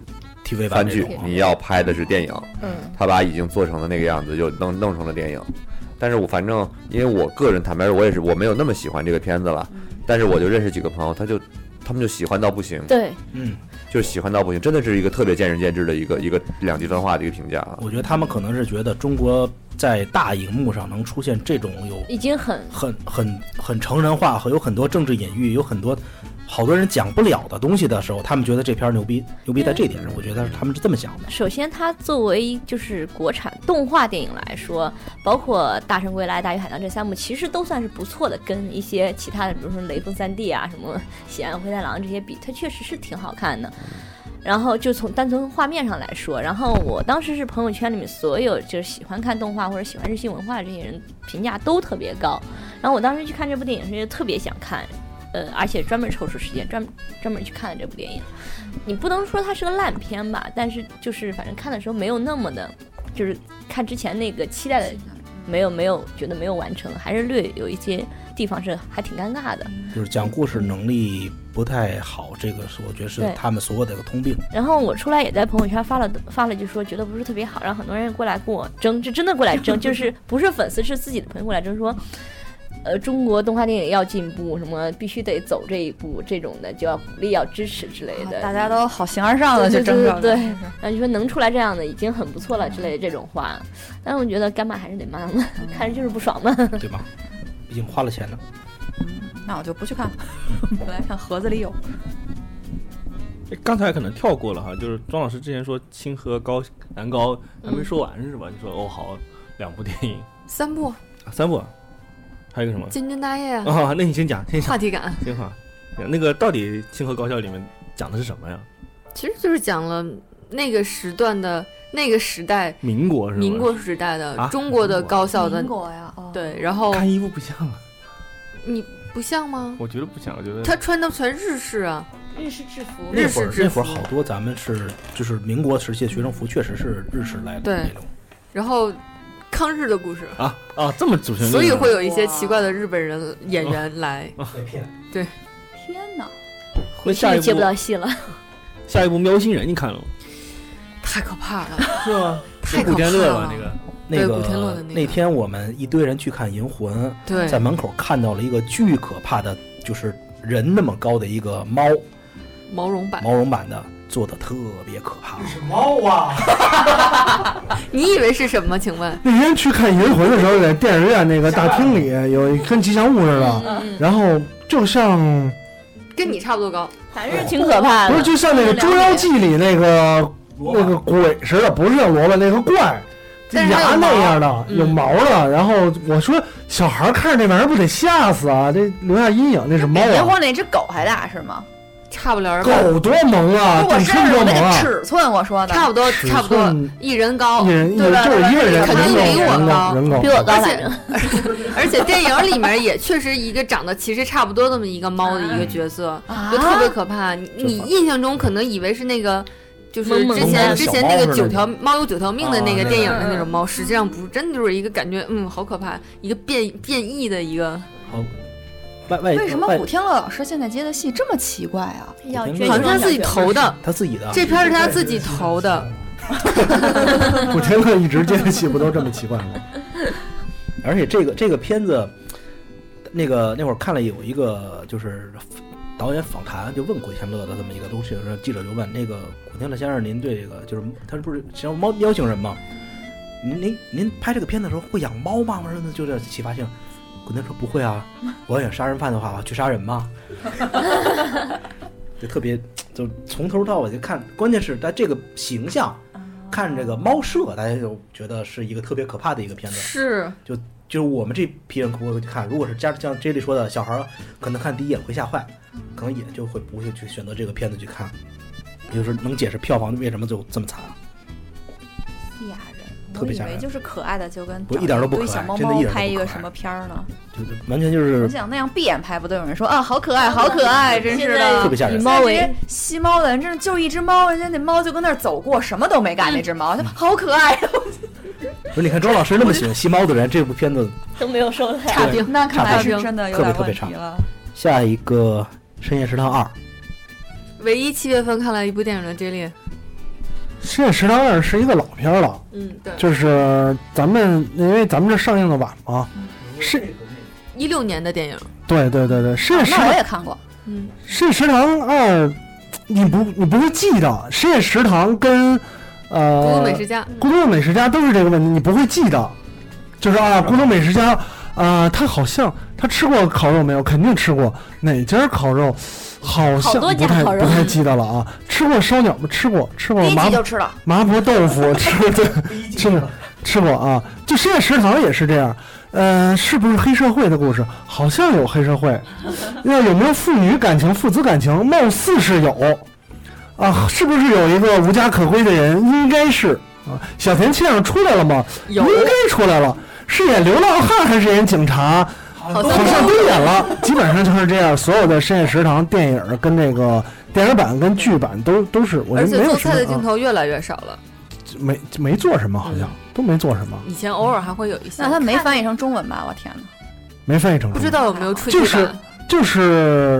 T V 番剧，你要拍的是电影， 嗯， 他把已经做成的那个样子就弄弄成了电影。但是我反正因为我个人坦白说，我也是我没有那么喜欢这个片子了，但是我就认识几个朋友，他就他们就喜欢到不行， 对， 嗯， 就是喜欢到不行，真的是一个特别见仁见智的一个一个两极分化的一个评价啊。 我觉得他们可能是觉得中国在大荧幕上能出现这种有已经很很很很成人化和有很多政治隐喻，有很多好多人讲不了的东西的时候，他们觉得这片牛逼，牛逼在这点上，我觉得他们是这么想的。 首先，它作为就是国产动画电影来说，包括《大圣归来》《大鱼海棠》这三部，其实都算是不错的，跟一些其他的，比如说《雷锋三弟》啊、什么《喜羊羊灰太狼》这些比，它确实是挺好看的。然后就从单从画面上来说，然后我当时是朋友圈里面所有就是喜欢看动画或者喜欢日系文化的这些人评价都特别高。然后我当时去看这部电影时特别想看。呃，而且专门抽出时间专专门去看了这部电影。你不能说它是个烂片吧，但是就是反正看的时候没有那么的，就是看之前那个期待的，没有没有觉得没有完成，还是略有一些地方是还挺尴尬的。 就是讲故事能力不太好，这个是我觉得是他们所有的一个通病。 然后我出来也在朋友圈发了发了，就说觉得不是特别好，让很多人过来跟我争，就真的过来争，就是不是粉丝是自己的朋友过来争说。呃，中国动画电影要进步，什么必须得走这一步，这种的就要鼓励、要支持之类的。 大家都好形而上的就争着， 对，然后就说能出来这样的已经很不错了之类的这种话。但是我觉得该骂还是得骂嘛，看着就是不爽嘛， 对吧？毕竟花了钱呢。 嗯，那我就不去看了，我来看盒子里有。 刚才可能跳过了哈，就是庄老师之前说清河高南高还没说完是吧？就说哦好，两部电影， 三部， 啊、三部。还有一个什么？ 金针大业啊！ 哦，那你先讲，先讲话题感。 行哈，那个到底清河高校里面讲的是什么呀？ 其实就是讲了那个时段的那个时代， 民国是吧？ 民国时代的、 啊、 中国的高校的民国呀，哦、 对，然后看衣服不像啊， 你不像吗？ 我觉得不像，我觉得他穿的全日式啊， 日式制服。 那会儿那会儿好多咱们是就是民国时期的学生服，确实是日式来的那种。 然后。抗日的故事啊啊，这么主旋律， 所以会有一些奇怪的日本人演员来骗。 对， 天哪， 回去接不到戏了。 下一部《喵星人》你看了吗？ 太可怕了， 是吗？ 太可怕了。 那个那个古天乐的那个那天我们一堆人去看《银魂》， 对， 在门口看到了一个巨可怕的，就是人那么高的一个猫， 毛绒版， 毛绒版的。做的特别可怕， 是猫啊！ 你以为是什么？请问那天去看《银魂》的时候，在电影院那个大厅里有跟吉祥物似的，嗯、然后就像跟你差不多高， 反正挺可怕的。 不是，就像那个《捉妖记》里那个那个鬼似的，不是像萝卜那个怪，牙那样的，有毛的。嗯、然后我说，小孩看着那玩意儿不得吓死啊？这留下阴影，那是猫啊！ 银魂那只狗还大是吗？ 差不了， 狗多萌啊！ 我是我那个尺寸，我说的差不多，差不多一人高， 一人一人就是一个人， 肯定比我高， 人高， 比我高， 而且而且电影里面也确实一个长得其实差不多这么一个猫的一个角色， 啊、 就特别可怕。你你印象中可能以为是那个。就是之前之前那个九条猫有九条命的那个电影的那种猫，实际上不是，真的就是一个感觉，嗯，好可怕，一个变变异的一个。 外外为什么古天乐老师现在接的戏这么奇怪啊？ 好像是他自己投的， 他自己的。 这片是他自己投的。 古天乐一直接的戏不都这么奇怪吗？ 而且这个这个片子，那个那会儿看了有一个就是导演访谈，就问古天乐的这么一个东西，记者就问那个古天乐先生，您对这个就是他不是像猫喵星人吗？您您您拍这个片子的时候会养猫吗？我说就这启发性。古天乐说不会啊，我要演杀人犯的话，去杀人吗？就特别，就从头到尾就看，关键是他这个形象，看这个猫舍，大家就觉得是一个特别可怕的一个片子。 是， 就就是我们这批人会去看，如果是家像 J 莉说的，小孩可能看第一眼会吓坏，可能也就会不会去选择这个片子去看，也就是能解释票房为什么就这么惨。 吓人， 特别吓人。 我以为就是可爱的，就跟不一点都不可爱， 小猫猫拍一个什么片儿呢？ 就是完全就是。 我想那样闭眼拍，不都有人说啊，好可爱，好可爱，真是的， 特别吓人。 以猫为吸猫的人，真是就一只猫，人家那猫就跟那儿走过，什么都没干，那只猫，它好可爱。 不是，你看庄老师那么喜欢吸猫的人，这部片子都没有收来， 差评，那看来是真的有点问题了。 下一个《深夜食堂二》， 唯一七月份看了一部电影的 J 莉， 深夜食堂二是一个老片了， 嗯，对， 就是咱们因为咱们这上映的晚嘛，是一六年的电影。 对对对对，深夜食堂、 啊、那我也看过。 嗯， 深夜食堂二，你不你不会记得深夜食堂跟呃孤独美食家， 孤独美食家都是这个问题，你不会记得，就是啊，孤独美食家。啊、呃，他好像他吃过烤肉没有？肯定吃过。哪家烤肉？好像不太不太记得了啊。吃过烧鸟吗？吃过，吃过麻就吃了麻婆豆腐，吃对，吃过吃过啊。就深夜食堂也是这样。呃，是不是黑社会的故事？好像有黑社会。那有没有父女感情、父子感情？貌似是有。啊，是不是有一个无家可归的人？应该是啊。小田切让出来了吗？ 有， 应该出来了。是演流浪汉还是演警察？好像都演了，基本上就是这样。所有的深夜食堂电影跟这个电影版跟剧版都都是，我觉得没有什么。 而且做菜的镜头越来越少了， 没没做什么，好像、嗯、都没做什么。 以前偶尔还会有一些。 那他没翻译成中文吧？我天哪！ 没翻译成中文， 不知道有没有出去就是就是。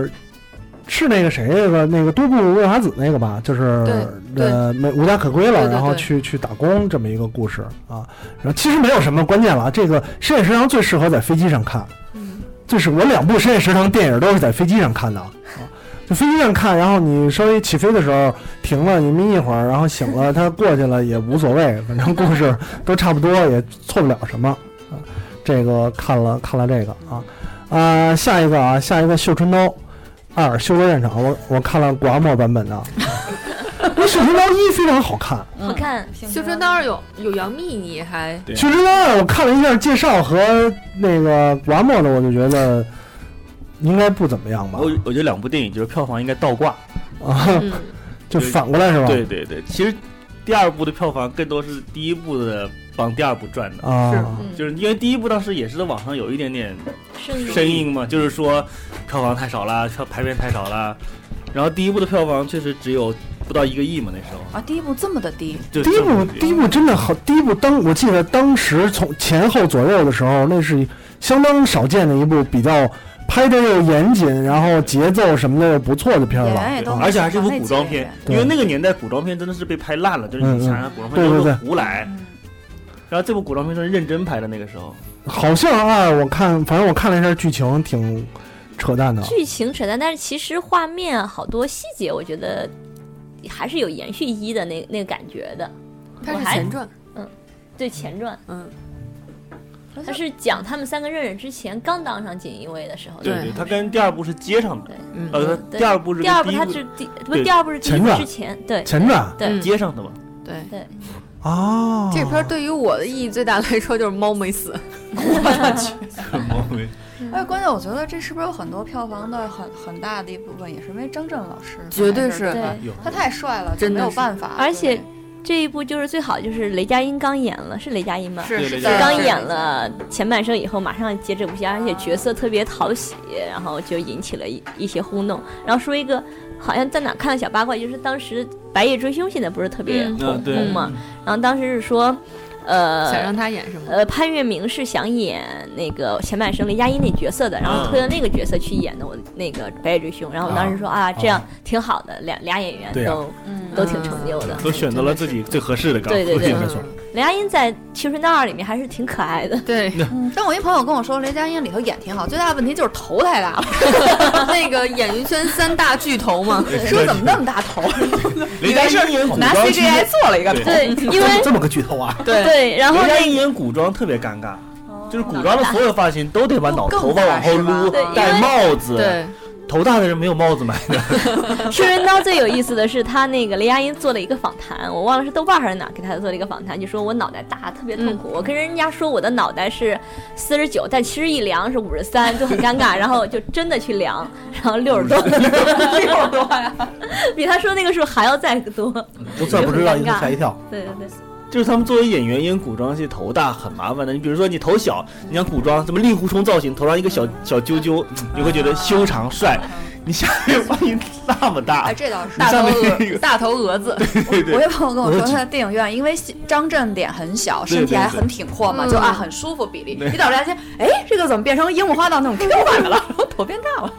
是那个谁那个那个多部未华子那个吧，就是呃没无家可归了， 对对对然后去去打工这么一个故事啊。然后其实没有什么关键了，这个深夜食堂最适合在飞机上看，嗯，就是我两部深夜食堂电影都是在飞机上看的啊，就飞机上看，然后你稍微起飞的时候停了，你眯一会儿，然后醒了，他过去了也无所谓，反正故事都差不多，也错不了什么啊。这个看了看了这个啊啊，下一个啊，下一个绣春刀。二修罗战场，我我看了古阿莫版本的，那绣春刀一非常好看， 好看。 绣春刀二有有杨幂，你还绣春刀二我看了一下介绍和那个古阿莫的，我就觉得应该不怎么样吧。 我我觉得两部电影就是票房应该倒挂啊，嗯、就反过来是吧？ 对对对，其实第二部的票房更多是第一部的帮第二部赚的啊， 是就是因为第一部当时也是在网上有一点点声音嘛，就是说票房太少了，票排片太少了，然后第一部的票房确实只有不到一个亿嘛，那时候啊，第一部这么的低， 第一部第一部真的好，第一部当我记得当时从前后左右的时候，那是相当少见的一部比较拍的又严谨，然后节奏什么的又不错的片了， 而且还是一部古装片，因为那个年代古装片真的是被拍烂了，就是你想想古装片都是胡来。然后这部古装片是认真拍的，那个时候好像二我看，反正我看了一下剧情，挺扯淡的。 剧情扯淡，但是其实画面好多细节，我觉得还是有延续一的那那个感觉的。 它是前传， 嗯，对前传， 嗯， 它是讲他们三个认识之前刚当上锦衣卫的时候。 对对，它跟第二部是接上的。 嗯， 呃，第二部是第二部它是第不第二部是第一部之前，对前传对接上的嘛。 对对。 哦， 这片对于我的意义最大来说就是猫没死，我去， 猫没。 哎，关键我觉得这是不是有很多票房的很很大的一部分也是因为张震老师， 绝对是， 他太帅了， 真没有办法。 而且这一部就是最好，就是雷佳音刚演了，是雷佳音吗？ 是是刚演了前半生以后，马上接这部戏，而且角色特别讨喜，然后就引起了一一些轰动。然后说一个。好像在哪看到小八卦，就是当时《白夜追凶》现在不是特别红红嘛、嗯，然后当时是说，呃， 想让他演什么？ 呃，潘粤明是想演那个前半生雷佳音那角色的，然后推了那个角色去演的我那个《白夜追凶》，然后我当时说啊，这样挺好的，俩俩演员都、啊嗯、都挺成就的， 都选择了自己最合适的岗。 对对对， 没错。 雷佳音在《青春大二》里面还是挺可爱的， 对。 嗯，但我一朋友跟我说，雷佳音里头演挺好，最大的问题就是头太大了。 那个演艺圈三大巨头嘛， 说怎么那么大头？ 雷佳音演古装， 拿 C G I 做了一个头， 对，因为这么个巨头啊。 对对，然后雷佳音演古装特别尴尬，就是古装的所有发型都得把脑头发往后撸，戴帽子。 对。 头大的人没有帽子买的。 青春刀最有意思的是他那个雷佳音做了一个访谈，我忘了是豆瓣还是哪给他做了一个访谈，就说我脑袋大特别痛苦、嗯、我跟人家说我的脑袋是四十九，但其实一量是五十三，就很尴尬，然后就真的去量，然后六十多六十多呀，比他说那个数还要再多， 不算不知道，一吓一跳。 对对对， 就是他们作为演员演古装戏头大很麻烦的，你比如说你头小，你像古装什么令狐冲造型，头上一个小小揪揪，你会觉得修长帅。你下面发现那么大， 哎，这倒是大头鹅，大头蛾子。 对对对， 我有朋友跟我说，他在电影院，因为张震脸很小，身体还很挺阔嘛， 对对对就啊很舒服比例。一到人家哎，这个怎么变成樱木花道那种 Q 版的了？然后头变大了。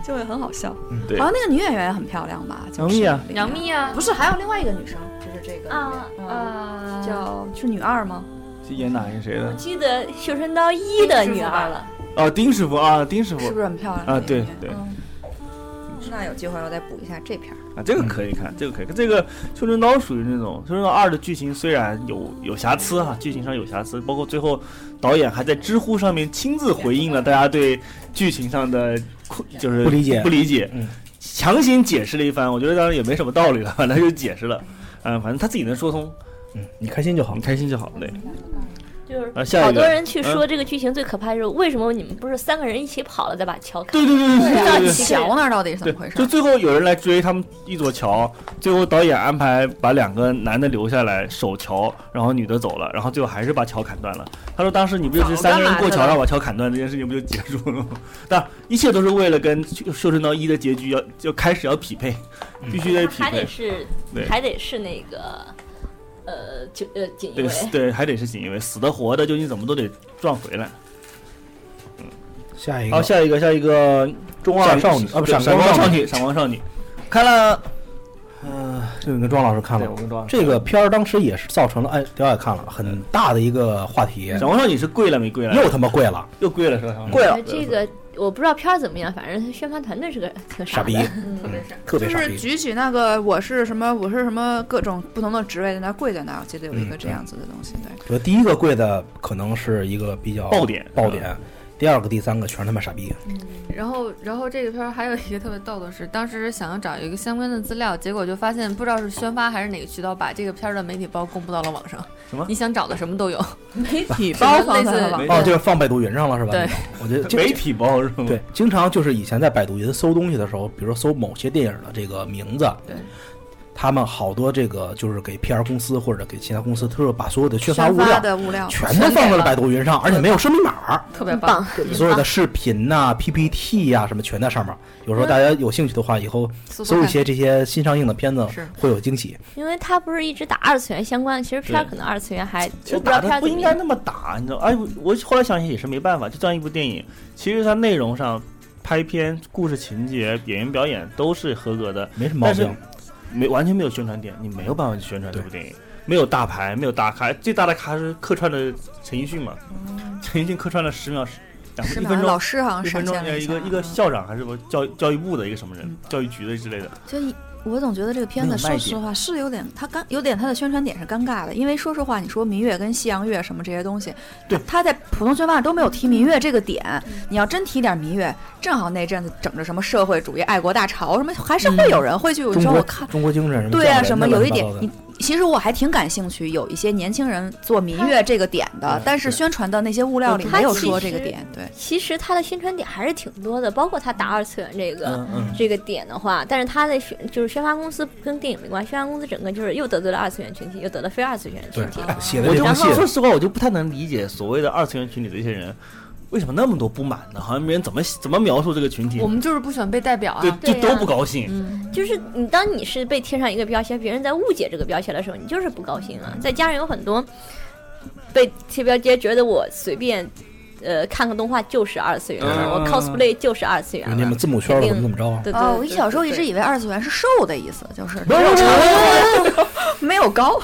就会很好笑。 嗯，对。 好像那个女演员也很漂亮吧？ 杨幂啊， 杨幂啊， 不是，还有另外一个女生，就是这个啊啊，叫是女二吗？ 是演哪个谁的？ 我记得《绣春刀一》的女二了。 哦，丁师傅啊，丁师傅是不是很漂亮啊？对对。 那有机会我再补一下这片啊，这个可以看，这个可以看。这个《绣春刀》属于那种《绣春刀二》的剧情虽然有有瑕疵哈，剧情上有瑕疵，包括最后导演还在知乎上面亲自回应了大家对剧情上的就是不理解不理解， 嗯， 强行解释了一番。我觉得当然也没什么道理了，反正就解释了，嗯，反正他自己能说通， 嗯，你开心就好， 你开心就好，对。 就是好多人去说这个剧情最可怕的是为什么你们不是三个人一起跑了再把桥砍？ 对对对对对对， 桥那儿到底是怎么回事？ 就最后有人来追他们一座桥，最后导演安排把两个男的留下来守桥，然后女的走了，然后最后还是把桥砍断了。他说当时你不就是三个人过桥让把桥砍断这件事情不就结束了吗？但一切都是为了跟《绣春刀一》的结局要就开始要匹配，必须得匹配， 还得是还得是那个。呃，就呃，锦衣卫对对，还得是锦衣卫，死的活的，究竟怎么都得赚回来。 嗯，下一个， 好，下一个，下一个，中二少女啊，不，闪光少女，闪光少女，看了， 嗯、呃，这个跟庄老师看了， 我跟庄这个片儿当时也是造成了，哎，刁也看了，很大的一个话题。 闪光少女是贵了没贵了？ 又他妈贵了， 又贵了是吧？ 贵了。 这个我不知道片儿怎么样，反正宣发团队是个挺傻逼， 嗯， 特别傻逼。 就是举起那个我是什么，我是什么各种不同的职位在那跪在那儿，我记得有一个这样子的东西。 对，第一个跪的可能是一个比较爆点， 爆点。第二个、第三个全是他妈傻逼。 嗯，然后，然后这个片儿还有一个特别逗的是，当时想要找一个相关的资料，结果就发现不知道是宣发还是哪个渠道把这个片儿的媒体包公布到了网上。 什么？ 你想找的什么都有。 媒体包放在了网哦，就是放百度云上了是吧？ 对， 我觉得媒体包是吗？ 对，经常就是以前在百度云搜东西的时候，比如说搜某些电影的这个名字， 对。 他们好多这个就是给 P R 公司或者给其他公司，他说把所有的宣发物料的物料全都放到了百度云上，而且没有设密码， 特别棒。 所有的视频呐、啊、P P T 呀、啊、什么全在上面。有时候大家有兴趣的话，以后搜一些这些新上映的片子会有惊喜。 因为他不是一直打二次元相关，其实片可能二次元还其实打的不应该那么打，你知道？哎，我后来想想也是没办法，就这样一部电影，其实它内容上、拍片、故事情节、演员表演都是合格的， 没什么毛病。 没完全没有宣传点，你没有办法去宣传这部电影。没有大牌，没有大咖，最大的咖是客串的陈奕迅嘛？嗯、陈奕迅客串了十秒，两一分钟。 老师好像一分钟，一个一个校长还是不教教育部的一个什么人，嗯、教育局的之类的。 就我总觉得这个片子，说实话是有点，它尴有点它的宣传点是尴尬的，因为说实话，你说民乐跟西洋乐什么这些东西， 对， 它在普通宣发上都没有提民乐这个点。你要真提点民乐，正好那阵子整着什么社会主义爱国大潮什么，还是会有人会去。有时候我看中国精神， 对啊，什么有一点你。其实我还挺感兴趣，有一些年轻人做民乐这个点的，但是宣传的那些物料里没有说这个点。对， 其实他的宣传点还是挺多的，包括他打二次元这个、嗯嗯、这个点的话，但是他的宣就是宣发公司跟电影没关系，宣发公司整个就是又得罪了二次元群体，又得了非二次元群体。 写的我就说实话，我就不太能理解所谓的二次元群体的一些人。为什么那么多不满呢？好像别人怎么怎么描述这个群体？ 我们就是不喜欢被代表啊， 对，就都不高兴。 嗯，就是你当你是被贴上一个标签，别人在误解这个标签的时候，你就是不高兴啊。再加上有很多被贴标签，觉得我随便呃看个动画就是二次元了，嗯、我 cosplay 就是二次元了。 你们字母圈怎么怎么着啊？ 对对对哦，我小时候一直以为二次元是瘦的意思，就是没有长，没有高。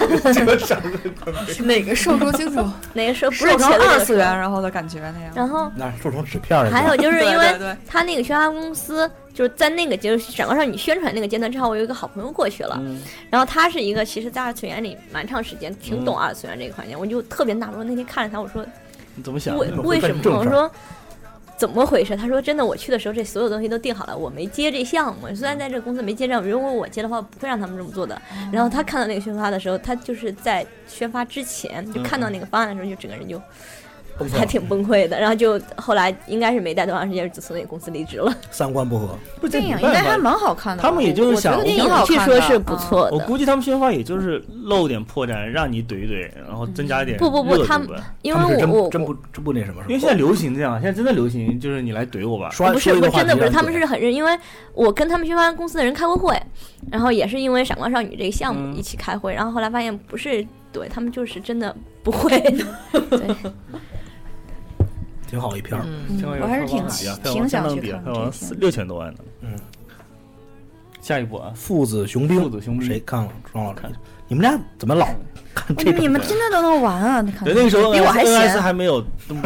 哪个瘦说清楚？ 哪个瘦不是成二次元，然后的感觉那样。 然后那瘦成纸片了。 还有就是因为他那个宣发公司就是在那个就是闪光少女宣传那个阶段，正好我有一个好朋友过去了，嗯、然后他是一个其实在二次元里蛮长时间挺懂二次元这个环境，嗯、我就特别纳闷。那天看着他，我说你怎么想？ 为为什么？我说。怎么回事？他说：“真的，我去的时候，这所有东西都定好了，我没接这项目。虽然在这个公司没接账，如果我接的话，不会让他们这么做的。”然后他看到那个宣发的时候，他就是在宣发之前就看到那个方案的时候，就整个人就还挺崩溃的。然后就后来应该是没待多长时间，就从那个公司离职了。 三观不合。 不，电影应该还蛮好看的。 他们也就是想， 电影据说是不错的。 我估计他们宣发也就是露点破绽，让你怼一怼，然后增加一点不不不，他们因为我真不真不那什么。 因为现在流行这样，现在真的流行就是你来怼我吧。 不是，我真的不是，他们是很认，因为我跟他们宣发公司的人开过会，然后也是因为闪光少女这个项目一起开会，然后后来发现不是怼他们，就是真的不会。对。 挺好一片儿。 嗯，我还是挺挺想去看票房六千多万的。 嗯， 下一部啊， 父子雄兵， 父子雄兵谁看了？庄老师，你们俩怎么老看这个？ 你们现在都能玩啊？你看， 对，那个时候比我还闲， 还没有。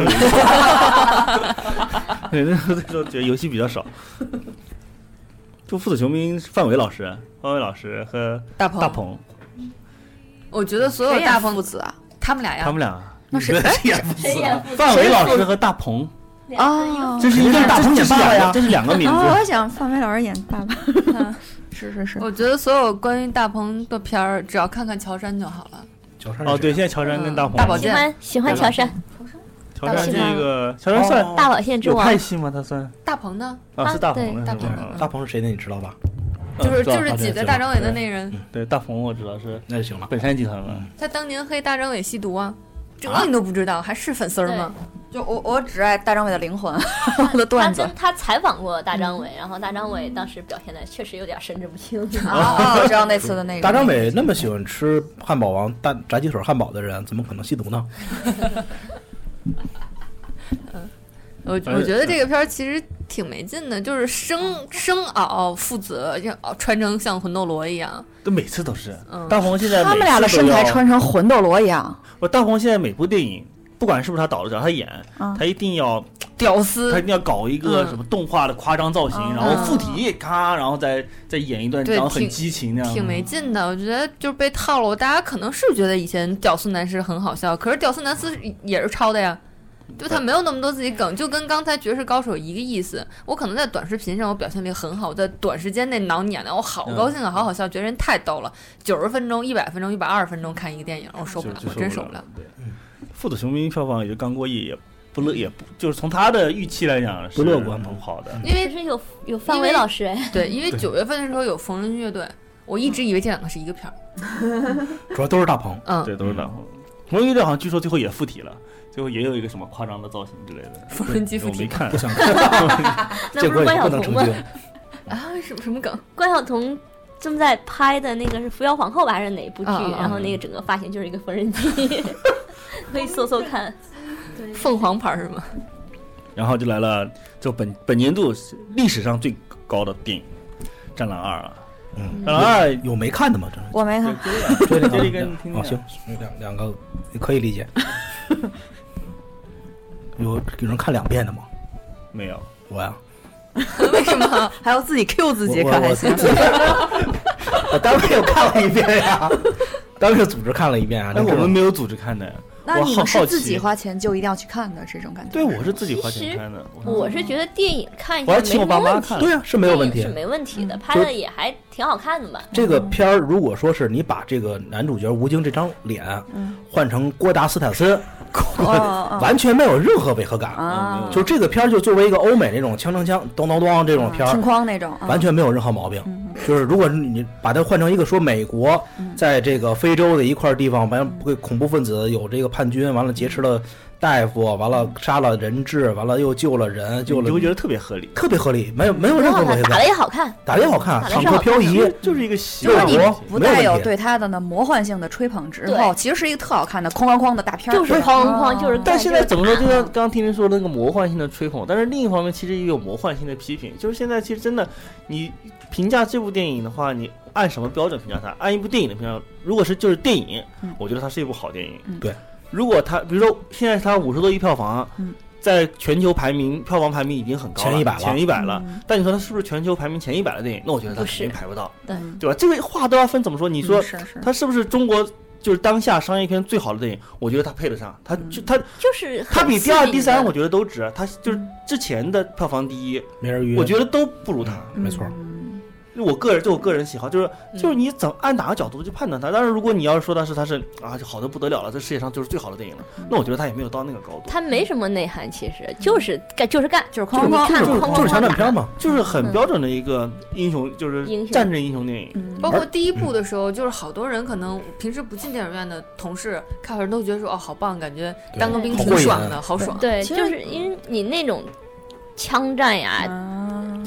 对，那时候觉得游戏比较少。就父子雄兵，范伟老师、范伟老师和大鹏。 大鹏， 我觉得所有大鹏父子啊， 他们俩呀， 他们俩。 那是谁演父子？ 范伟老师和大鹏。 啊， 这是一个大鹏演爸爸呀，这是两个名字。 我还想范伟老师演爸爸。是是是， 我觉得所有关于大鹏的片儿，只要看看乔杉就好了。 乔杉哦，对，现在乔杉跟大鹏。 大宝剑喜欢喜欢乔杉。 乔杉这个乔杉算大宝剑之王。 有派系吗？他算。 大鹏呢？ 啊，是大鹏。 大鹏， 大鹏是谁的？你知道吧？ 就是就是挤在大张伟的那人。 对，大鹏我知道是， 那就行了。 本山集团嘛。 他当年黑大张伟吸毒啊，这个你都不知道，还是粉丝吗？ 就我我只爱大张伟的灵魂，我的段子。 他采访过大张伟，然后大张伟当时表现的确实有点神志不清。 啊，我知道那次的那个。 大张伟那么喜欢吃汉堡王大炸鸡腿汉堡的人，怎么可能吸毒呢？ 嗯，我我觉得这个片儿其实挺没劲的，就是生生熬父子穿成像魂斗罗一样。 都每次都是。嗯、大鹏现在他们俩的身材穿成魂斗罗一样。 我大鹏现在每部电影。不管是不是他导的，只要他演， 嗯、 他一定要屌丝， 他一定要搞一个什么动画的夸张造型，嗯、然后附体咔，然后再再演一段，然后很激情那样， 挺没劲的。我觉得就是被套路，大家可能是觉得以前屌丝男士很好笑，可是屌丝男士也是抄的呀，就他没有那么多自己梗，就跟刚才绝世高手一个意思。我可能在短视频上我表现力很好，在短时间内挠你的，我好高兴啊，好好笑，觉得人太逗了。九十分钟、一百分钟、一百二十分钟看一个电影，我受不了，我真受不了。 对。父子雄兵票房也就刚过亿，也不乐，也不就是从他的预期来讲不乐观， 不好的。 因为是有有范伟老师哎， 对，因为九月份的时候有缝纫乐队，我一直以为这两个是一个片儿， 主要都是大鹏， 嗯，对，都是大鹏。缝纫乐队好像据说最后也附体了，最后也有一个什么夸张的造型之类的。 缝纫机附体， 我没看， 不想看。 那不是关晓彤吗？ 啊，什么什么梗？ 关晓彤正在拍的那个是《扶摇皇后》吧，还是哪一部剧？嗯、然后那个整个发型就是一个缝纫机。可以搜搜看， 凤凰牌是吗？ 然后就来了，就本本年度历史上最高的电影《战狼二》啊，嗯，《战狼二》 有没看的吗？这我没看。 这里这里跟听哦行，两两个可以理解。有有人看两遍的吗？ 没有， 我呀。 为什么还要自己 Q 自己看还行？ 我单位又看了一遍呀。当时组织看了一遍啊， 但我们没有组织看的。 那你们是自己花钱就一定要去看的这种感觉？ 对，我是自己花钱看的。 我是觉得电影看一下我还请我爸妈看， 对啊，是没有问题， 是没问题的，拍的也还挺好看的嘛。 这个片儿如果说是你把这个男主角吴京这张脸换成郭达斯坦森，完全没有任何违和感啊！就这个片儿就作为一个欧美那种枪枪枪、咚咚咚这种片儿， 轻框那种， 完全没有任何毛病。就是如果你把它换成一个说美国在这个非洲的一块地方，完了恐怖分子有这个叛军，完了劫持了大夫，完了杀了人质，完了又救了人，救了， 你会觉得特别合理， 特别合理，没有没有任何违和感， 打的也好看， 打的也好看，坦克漂移就是一个喜就是你不带有对他的那魔幻性的吹捧之后，其实是一个特好看的哐哐哐的大片， 就是哐哐哐，就是。 但现在怎么说？就像刚刚听您说那个魔幻性的吹捧，但是另一方面其实也有魔幻性的批评，就是现在其实真的你。评价这部电影的话，你按什么标准评价它？按一部电影的评价，如果是就是电影，嗯、我觉得它是一部好电影。 嗯、对， 如果它比如说现在它五十多亿票房，嗯、在全球排名票房排名已经很高了， 前一百了， 前一百了。嗯、但你说它是不是全球排名前一百的电影？那我觉得它肯定排不到， 对对吧？这个话都要分怎么说？你说它是不是中国？就是当下商业片最好的电影，我觉得它配得上，它就它就是它比第二、第三，我觉得都值。它就是之前的票房第一， 没人约， 我觉得都不如它， 嗯、没错。 我个人就我个人喜好，就是就是你怎按哪个角度去判断它。当然，如果你要是说它是它是啊，就好的不得了了，这世界上就是最好的电影了，那我觉得它也没有到那个高度。 它没什么内涵，其实就是干就是干就是哐哐看， 就是就是枪战片嘛， 就是很标准的一个英雄，就是战争英雄电影。 包括第一部的时候，就是好多人可能平时不进电影院的同事看完都觉得说哦好棒，感觉当个兵挺爽的，好爽。 对，就是因为你那种。枪战呀，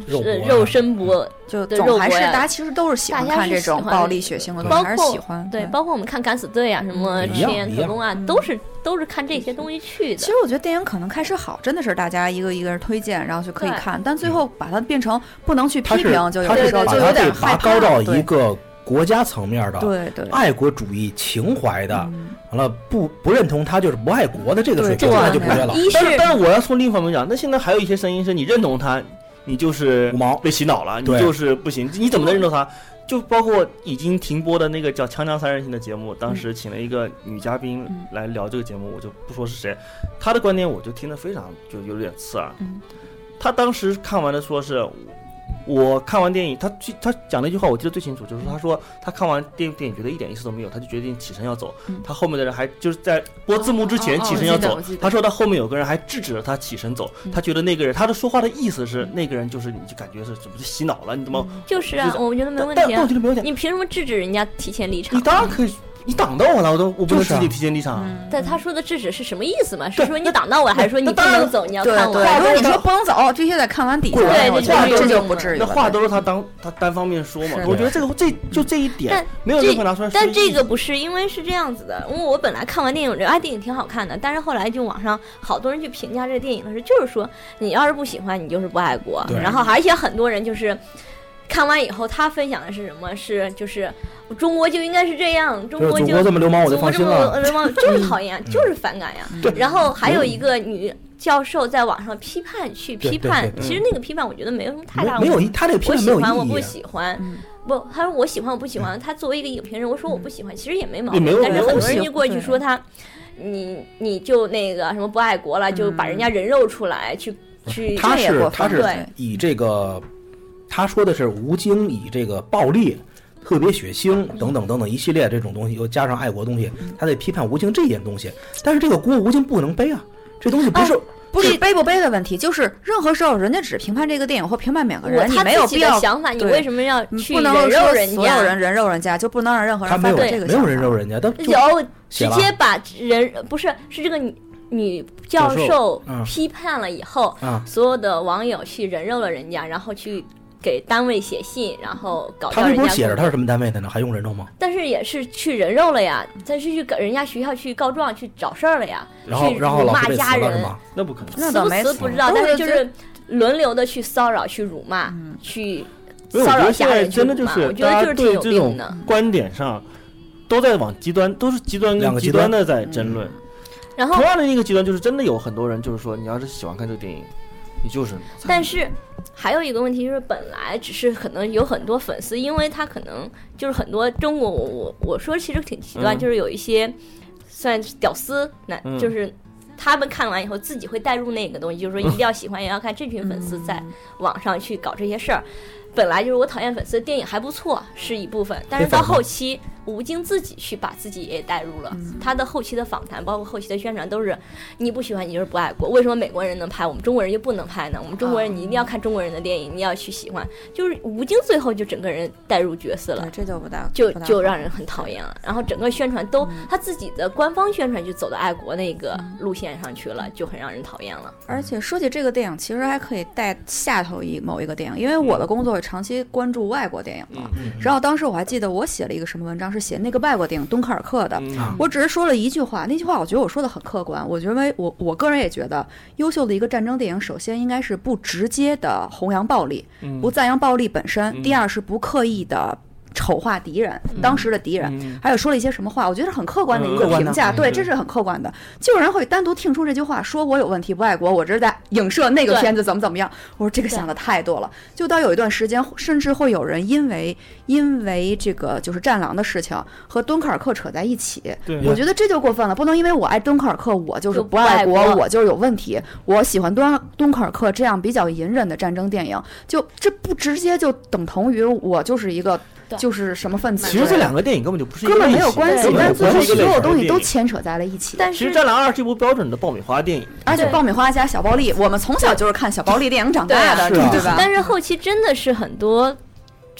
肉身博就的肉还是大家其实都是喜欢看这种暴力血腥的东西，还是喜欢对，包括我们看敢死队啊，什么赤焰特工啊，都是都是看这些东西去的。 其实我觉得电影可能开始好，真的是大家一个一个推荐，然后就可以看，但最后把它变成不能去批评，就有的时候就有点害怕。 拔高到一个国家层面的， 对对， 爱国主义情怀的，完了不不认同他就是不爱国的这个水平，那就不对了。 但是但是我要从另一方面讲，那现在还有一些声音是你认同他，你就是被洗脑了，你就是不行，你怎么能认同他？就包括已经停播的那个叫《锵锵三人行》的节目，当时请了一个女嘉宾来聊这个节目，我就不说是谁，她的观点我就听得非常就有点刺耳。她当时看完的说是。我看完电影，他他讲了一句话，我记得最清楚，就是他说他看完电电影觉得一点意思都没有，他就决定起身要走。嗯、他后面的人还就是在播字幕之前起身要走。哦哦、他说他后面有个人还制止了他起身走，嗯、他觉得那个人他的说话的意思是、嗯、那个人就是你就感觉是怎么就洗脑了，你怎么？ 就是啊，我觉得没问题、啊。 但我觉得没问题。 你凭什么制止人家提前离场？ 你当然可以。你挡到我了，我都我不能自己提前离场、啊。 但他说的制止是什么意思嘛？是说你挡到我，还是说你不能走？你要看我？ 对对，如果你说不能走，必须得看完底。 对， 这这就不至于。 那话都是他当他单方面说嘛。我觉得这个这就这一点没有任何拿出来。 但这个不是，因为是这样子的，因为我本来看完电影，我觉得啊电影挺好看的，但是后来就网上好多人去评价这个电影的时候，就是说你要是不喜欢，你就是不爱国。然后而且很多人就是。看完以后，他分享的是什么？是就是中国就应该是这样，中国就中国这么流氓，我就放心了。 流氓就是讨厌，就是反感呀。然后还有一个女教授在网上批判，去批判。其实那个批判，我觉得没有什么太大问题。 没有，他这个批判没有意义。我喜欢，我不喜欢。不，他说我喜欢，我不喜欢。他作为一个影评人，我说我不喜欢，其实也没毛病。但是很多人就过去说他，你你就那个什么不爱国了，就把人家人肉出来去去。 他是他是以这个。他说的是吴京以这个暴力、特别血腥等等等等一系列这种东西，又加上爱国东西，他在批判吴京这件东西。但是这个锅吴京不能背啊，这东西不是、啊、 不是背不背的问题，就是任何时候人家只评判这个电影或评判两个人，你没有必要想法，你为什么要去不能人肉人家？ 所有人人肉人家就不能让任何人发表这个想法。 没有人肉人家，他有直接把人不是是这个女。女教授批判了以后，嗯嗯、所有的网友去人肉了人家，然后去给单位写信，然后搞掉人家。 他微博写着他是什么单位的呢？还用人肉吗？ 但是也是去人肉了呀，他是去人家学校去告状去找事儿了呀， 然后然后辱骂家人， 那不可能， 死不死不知道，但是就是轮流的去骚扰、去辱骂、嗯、去骚扰家人去辱骂。 真的就是， 我觉得就是挺有病的。 观点上都在往极端，都是极端跟极端的在争论。嗯然后同样的一个极端就是真的有很多人就是说你要是喜欢看这个电影你就是但是还有一个问题就是本来只是可能有很多粉丝因为他可能就是很多中国我我我说其实挺极端、嗯、就是有一些算屌丝那、嗯、就是他们看完以后自己会带入那个东西就是说一定要喜欢也要看这群粉丝在网上去搞这些事儿、嗯、本来就是我讨厌粉丝电影还不错是一部分但是到后期吴京自己去把自己也带入了、嗯、他的后期的访谈包括后期的宣传都是你不喜欢你就是不爱国为什么美国人能拍我们中国人就不能拍呢我们中国人你一定要看中国人的电影你要去喜欢就是吴京最后就整个人带入角色了这就不大就就让人很讨厌了然后整个宣传都、嗯、他自己的官方宣传就走到爱国那个路线上去了就很让人讨厌了而且说起这个电影其实还可以带下头一某一个电影因为我的工作长期关注外国电影嘛、嗯、然后当时我还记得我写了一个什么文章是写那个外国电影敦刻尔克的、嗯、我只是说了一句话那句话我觉得我说的很客观我觉得我我个人也觉得优秀的一个战争电影首先应该是不直接的弘扬暴力、嗯、不赞扬暴力本身、嗯、第二是不刻意的丑化敌人、嗯、当时的敌人、嗯、还有说了一些什么话我觉得很客观的一个评价、嗯、对这是很客观的就有人会单独听出这句话说我有问题不爱国我这是在影射那个片子怎么怎么样我说这个想的太多了就到有一段时间甚至会有人因为因为这个就是战狼的事情和敦刻尔克扯在一起我觉得这就过分了不能因为我爱敦刻尔克我就是不爱国我就是有问题我喜欢敦敦刻尔克这样比较隐忍的战争电影就这不直接就等同于我就是一个就是什么分子其实这两个电影根本就不是一个根本没有关系但最后所有东西都牵扯在了一起但是其实战狼二是一部标准的爆米花电影而且爆米花加小暴力我们从小就是看小暴力电影长大的 对, 对吧但是后期真的是很多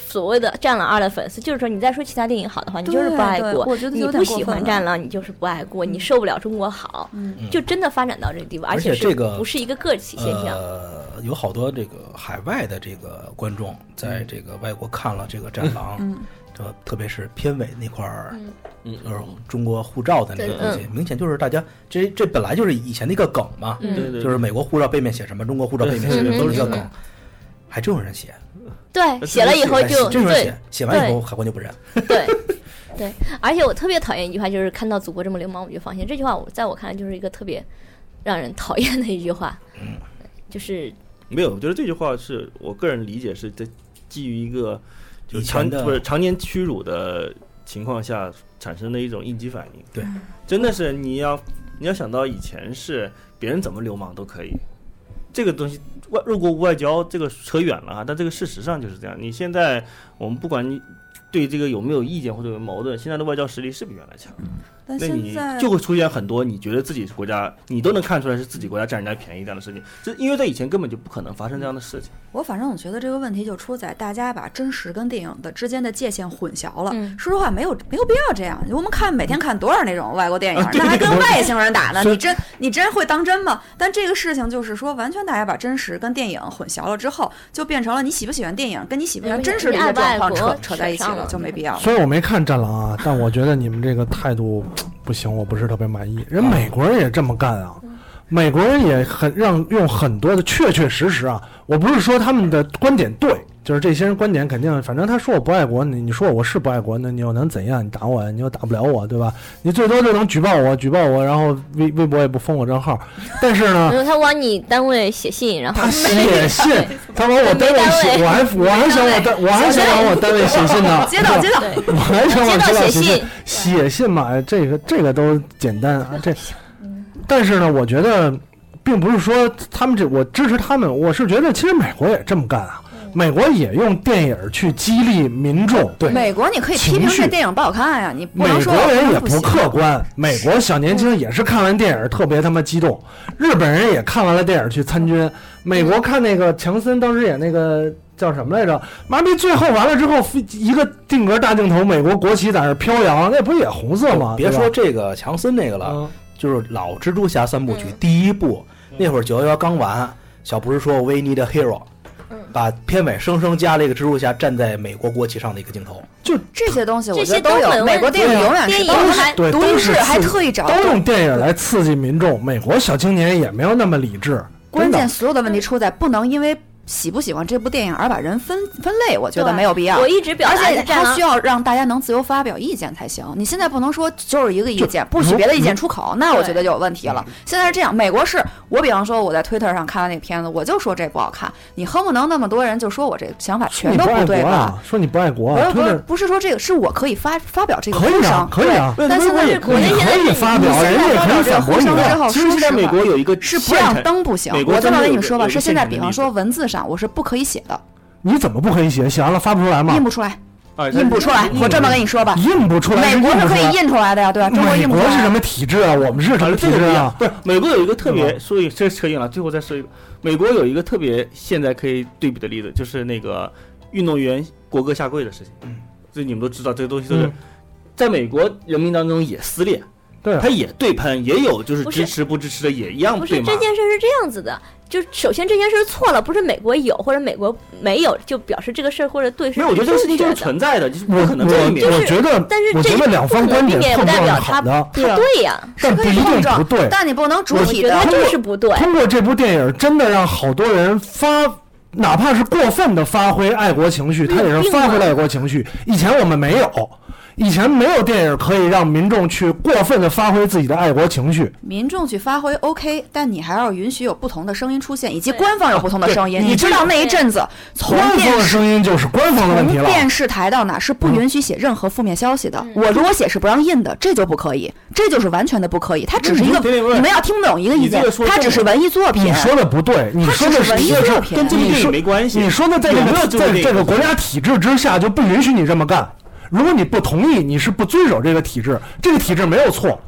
所谓的《战狼二》的粉丝，就是说你再说其他电影好的话，你就是不爱国； 我觉得你不喜欢《战狼》，你就是不爱国，你受不了中国好， 嗯、 就真的发展到这个地步， 而且这个不是一个个体现象。 呃，有好多这个海外的这个观众在这个外国看了这个《战狼》， 嗯， 这特别是片尾那块儿，嗯，就是中国护照的那个东西，明显就是大家这这本来就是以前的一个梗嘛， 嗯、 对对， 就是美国护照背面写什么，中国护照背面写什么，都是一个梗，还真有人写。 对，写了以后就对，写完以后海关就不认。 对，对，而且我特别讨厌一句话，就是看到祖国这么流氓我就放心。这句话我在我看来就是一个特别让人讨厌的一句话。嗯，就是没有，我觉得这句话是我个人理解是在基于一个就是常不是常年屈辱的情况下产生的一种应激反应。 对， 真的是你要你要想到以前是别人怎么流氓都可以。这个东西外入国无外交，这个扯远了啊，但这个事实上就是这样。你现在我们不管你对这个有没有意见或者有矛盾，现在的外交实力是比原来强， 但那你就会出现很多你觉得自己国家你都能看出来是自己国家占人家便宜这样的事情，这因为在以前根本就不可能发生这样的事情。 我反正我觉得这个问题就出在大家把真实跟电影的之间的界限混淆了。 嗯、 说实话，没有没有必要这样。我们看每天看多少那种外国电影，啊、那还跟外星人打呢？你真你真会当真吗？但这个事情就是说，完全大家把真实跟电影混淆了之后，就变成了你喜不喜欢电影跟你喜不喜欢真实的一些状况扯扯在一起了，就没必要了。 所以我没看《战狼》啊，但我觉得你们这个态度不行，我不是特别满意。人美国人也这么干啊。美国人也很让用很多的确确实实啊，我不是说他们的观点对，就是这些人观点肯定，反正他说我不爱国，你你说我是不爱国，那你又能怎样？你打我呀，你又打不了我，对吧？你最多就能举报我，举报我，然后微微博也不封我账号。但是呢， 他往你单位写信，然后他写信，他往我单位写，我还我还想我单我还想往我单位写信呢。 接到接到， 我还想往接到写信，写信嘛，这个这个都简单啊，这。但是呢，我觉得并不是说他们这我支持他们，我是觉得其实美国也这么干啊，美国也用电影去激励民众。对， 美国你可以批评这电影不好看呀，你不能说美国人也不客观，美国小年轻也是看完电影特别他妈激动，日本人也看完了电影去参军，美国看那个强森当时演那个叫什么来着？妈逼，最后完了之后，一个定格大镜头，美国国旗在那飘扬，那不也红色吗？ 别说这个强森那个了。嗯，就是老蜘蛛侠三部曲、嗯、第一部、嗯、那会儿九幺幺刚完，小布什说 We need a hero、嗯、把片尾生生加了一个蜘蛛侠站在美国国旗上的一个镜头。 就这些东西我觉得都有，美国电影永远是都是独立制，还特意找都用电影来刺激民众。美国小青年也没有那么理智， 关键所有的问题出在不能因为喜不喜欢这部电影而把人分分类，我觉得没有必要。 我一直表达， 而且他需要让大家能自由发表意见才行。你现在不能说就是一个意见，不许别的意见出口，那我觉得就有问题了。现在是这样，美国是我比方说我在推特上看完那个片子，我就说这不好看，你恨不能那么多人就说我这个想法全都不对吧？ 说你不爱国啊？ 不是不是说这个，是我可以发发表这个可以啊，可以啊。 但现在是国内可以发表，人家可以反驳你之后， 其实现在美国有一个是不让登不行。我这么跟你说吧，是现在比方说文字上我是不可以写。 你怎么不可以写？写完了发不出来吗？ 印不出来，印不出来。我这么跟你说吧， 印不出来。 美国是可以印出来的呀，对吧？中国印不出来。 美国是什么体制啊？我们是什么体制啊？ 不是，美国有一个特别，所以这扯远了。最后再说一个，美国有一个特别现在可以对比的例子，就是那个运动员国歌下跪的事情。嗯，这你们都知道，这个东西都是在美国人民当中也撕裂。 对， 他也对喷，也有就是支持不支持的，也一样对吗？ 不是，这件事是这样子的，就首先这件事错了，不是美国有或者美国没有，就表示这个事儿或者对是。 没有，我觉得这个事情就是存在的，就是不可能避免。 我觉得， 但是这两方观点不代表他他对呀， 但不一定不对。 但你不能主体的， 他就是不对。 通过这部电影，真的让好多人发。哪怕是过分的发挥爱国情绪，他也是发挥了爱国情绪。以前我们没有，以前没有电影可以让民众去过分的发挥自己的爱国情绪。 民众去发挥 OK， 但你还要允许有不同的声音出现，以及官方有不同的声音。你知道那一阵子，从官方的声音就是官方的问题了。 从电视台到哪是不允许写任何负面消息的？我如果写是不让印的，这就不可以，这就是完全的不可以。它只是一个，你们要听不懂一个意见，它只是文艺作品。 你说的不对，你说的是文艺作品， 跟这个电影没关系。 你说的在这个在这个国家体制之下就不允许你这么干。如果你不同意，你是不遵守这个体制，这个体制没有错，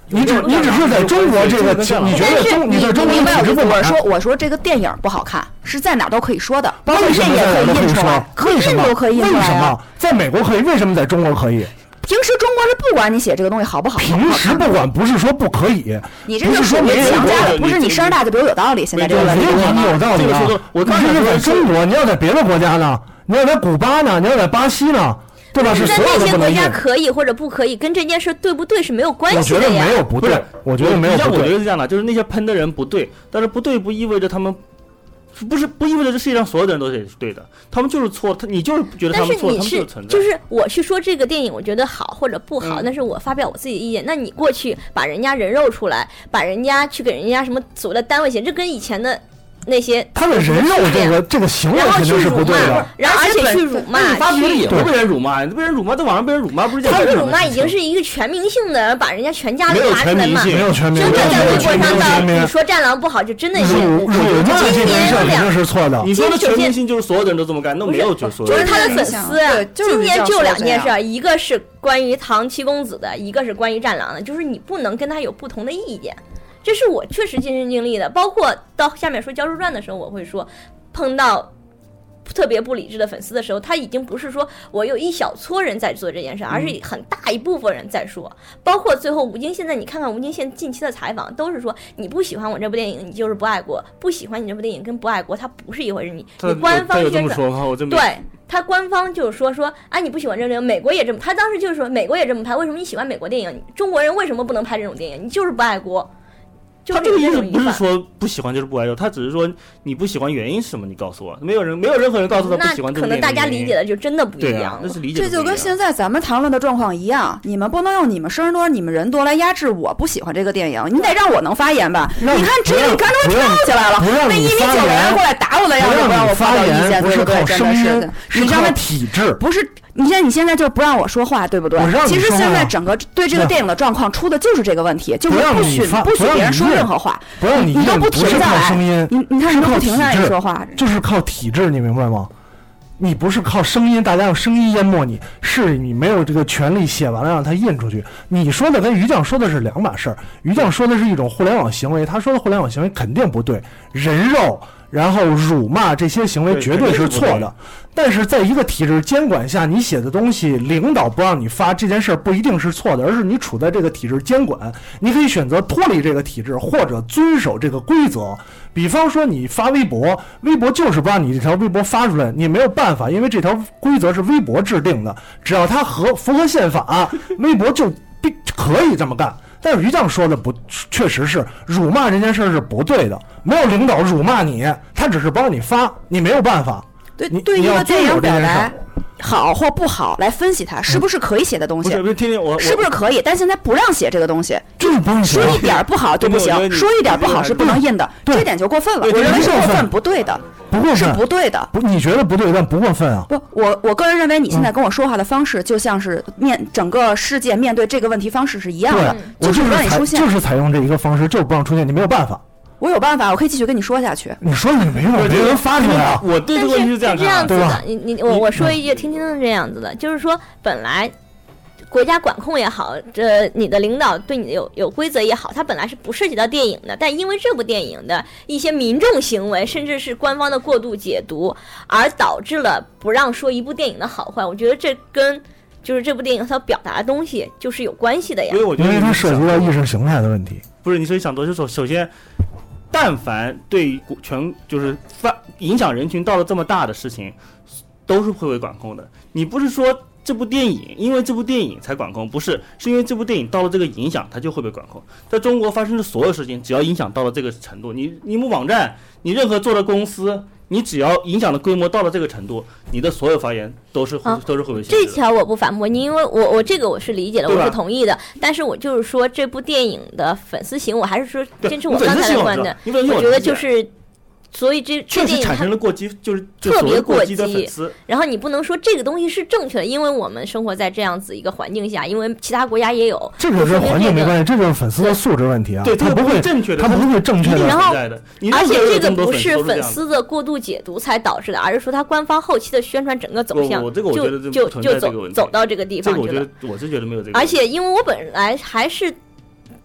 你只你只是在中国这个，你觉得中你在中国体制不满？ 我说我说这个电影不好看，是在哪都可以说的， 为什么在哪都可以说？ 可以印都可以印出来。 为什么在美国可以？为什么在中国可以？ 平时中国是不管你写这个东西好不好， 平时不管不是说不可以， 你这是属于强加的，不是你声大就比我有道理。现在这个问题， 你有道理啊！我刚才是在中国，你要在别的国家呢，你要在古巴呢，你要在巴西呢。对吧？是所有的那些国家可以或者不可以，跟这件事对不对是没有关系的呀。 我觉得没有不对，我觉得没有不对。 我觉得是这样的，就是那些喷的人不对，但是不对不意味着他们，不是不意味着这世界上所有的人都是对的，他们就是错，他你就是觉得他们错，他们就是存在。 就是我去说这个电影，我觉得好或者不好，嗯、那是我发表我自己的意见。那你过去把人家人肉出来，把人家去给人家什么所谓的单位写，这跟以前的。那些他的人肉这个这个行为肯定是不对的， 然后而且去辱骂， 你发别的也会被人辱骂，被人辱骂在网上被人辱骂不是？ 他的辱骂已经是一个全民性的，把人家全家都拿出来骂， 没有全民性， 真的在微博上到你说战狼不好，就真的是辱骂这件事肯定是错的。 你说的全民性就是所有的人都这么干，那没有就说就是他的粉丝。今年就两件事，一个是关于唐七公子的，一个是关于战狼的，就是你不能跟他有不同的意见。这是我确实亲身经历的，包括到下面说教书传的时候，我会说，碰到特别不理智的粉丝的时候，他已经不是说我有一小撮人在做这件事，而是很大一部分人在说。包括最后吴京，现在你看看吴京现近期的采访，都是说你不喜欢我这部电影，你就是不爱国；不喜欢你这部电影跟不爱国，它不是一回事。你你官方宣传，对他官方就是说说啊，你不喜欢这个电影，美国也这么，他当时就是说美国也这么拍，为什么你喜欢美国电影？中国人为什么不能拍这种电影？你就是不爱国。 他这个意思不是说不喜欢就是不爱国，他只是说你不喜欢原因是什么，你告诉我。没有人，没有任何人告诉他不喜欢这个原因。 可能大家理解的就真的不一样。 那是理解。 这就跟现在咱们谈论的状况一样，你们不能用你们声多、你们人多来压制我不喜欢这个电影，你得让我能发言吧？你看这个，你刚才跳起来了，那一米九的人过来打我的样子，不让我发表意见，对不对？真的是，你让他体制不是。你现在你现在就不让我说话，对不对？其实现在整个对这个电影的状况出的就是这个问题，就是不许不许别人说任何话， 不让你你都不停下来，你你看你都不停下来说话， 就是靠体制，你明白吗？你不是靠声音，大家用声音淹没你，是你没有这个权利写完了让它印出去。你说的跟于酱说的是两码事儿，于酱说的是一种互联网行为，他说的互联网行为肯定不对，人肉。然后辱骂这些行为绝对是错的，但是在一个体制监管下，你写的东西领导不让你发这件事不一定是错的，而是你处在这个体制监管，你可以选择脱离这个体制或者遵守这个规则。比方说你发微博，微博就是不让你这条微博发出来，你没有办法，因为这条规则是微博制定的，只要它合符合宪法，微博就必可以这么干。但是于酱说的不，确实是辱骂这件事是不对的，没有领导辱骂你，他只是帮你发，你没有办法。 对，对一个电影表达好或不好来分析它是不是可以写的东西， 不是听听我是不是可以？但现在不让写这个东西， 就是不让写， 说一点不好就不行，说一点不好是不能印的，这点就过分了。我认为是过分，不对的。 不过是不对的， 不，你觉得不对，但不过分啊。 不，我我个人认为你现在跟我说话的方式，就像是面整个世界面对这个问题方式是一样的， 就是不让你出现， 就是采用这一个方式，就是不让出现，你没有办法。 我有办法，我可以继续跟你说下去。 你说你没用，没人发出来啊。 我对这个问题是这样这样子的，你你我我说一句，听听是这样子的，就是说本来。国家管控也好，这你的领导对你的有有规则也好，它本来是不涉及到电影的，但因为这部电影的一些民众行为，甚至是官方的过度解读，而导致了不让说一部电影的好坏。我觉得这跟就是这部电影它表达的东西就是有关系的呀。 因为我觉得它涉及到意识形态的问题。 不是，你所以想多，就是说，首先，但凡对全就是发影响人群到了这么大的事情，都是会被管控的。你不是说。这部电影因为这部电影才管控，不是，是因为这部电影到了这个影响，它就会被管控。在中国发生的所有事情，只要影响到了这个程度，你你们网站，你任何做的公司，你只要影响的规模到了这个程度，你的所有发言都是、啊、都是会被限制的。 这条我不反驳你，因为我我这个我是理解的，我是同意的。但是我就是说，这部电影的粉丝行，我还是说坚持我刚才的观点，我觉得就是。所以这确实产生了过激，就是特别过激的粉丝。 然后你不能说这个东西是正确的，因为我们生活在这样子一个环境下，因为其他国家也有。 这个跟环境没关系，这就是粉丝的素质问题啊。 对， 他不会正确的， 他不会正确的。 然后，而且这个不是粉丝的过度解读才导致的，而是说他官方后期的宣传整个走向就就就走走到这个地方去了。 这个我觉得我是觉得没有这个。 而且因为我本来还是。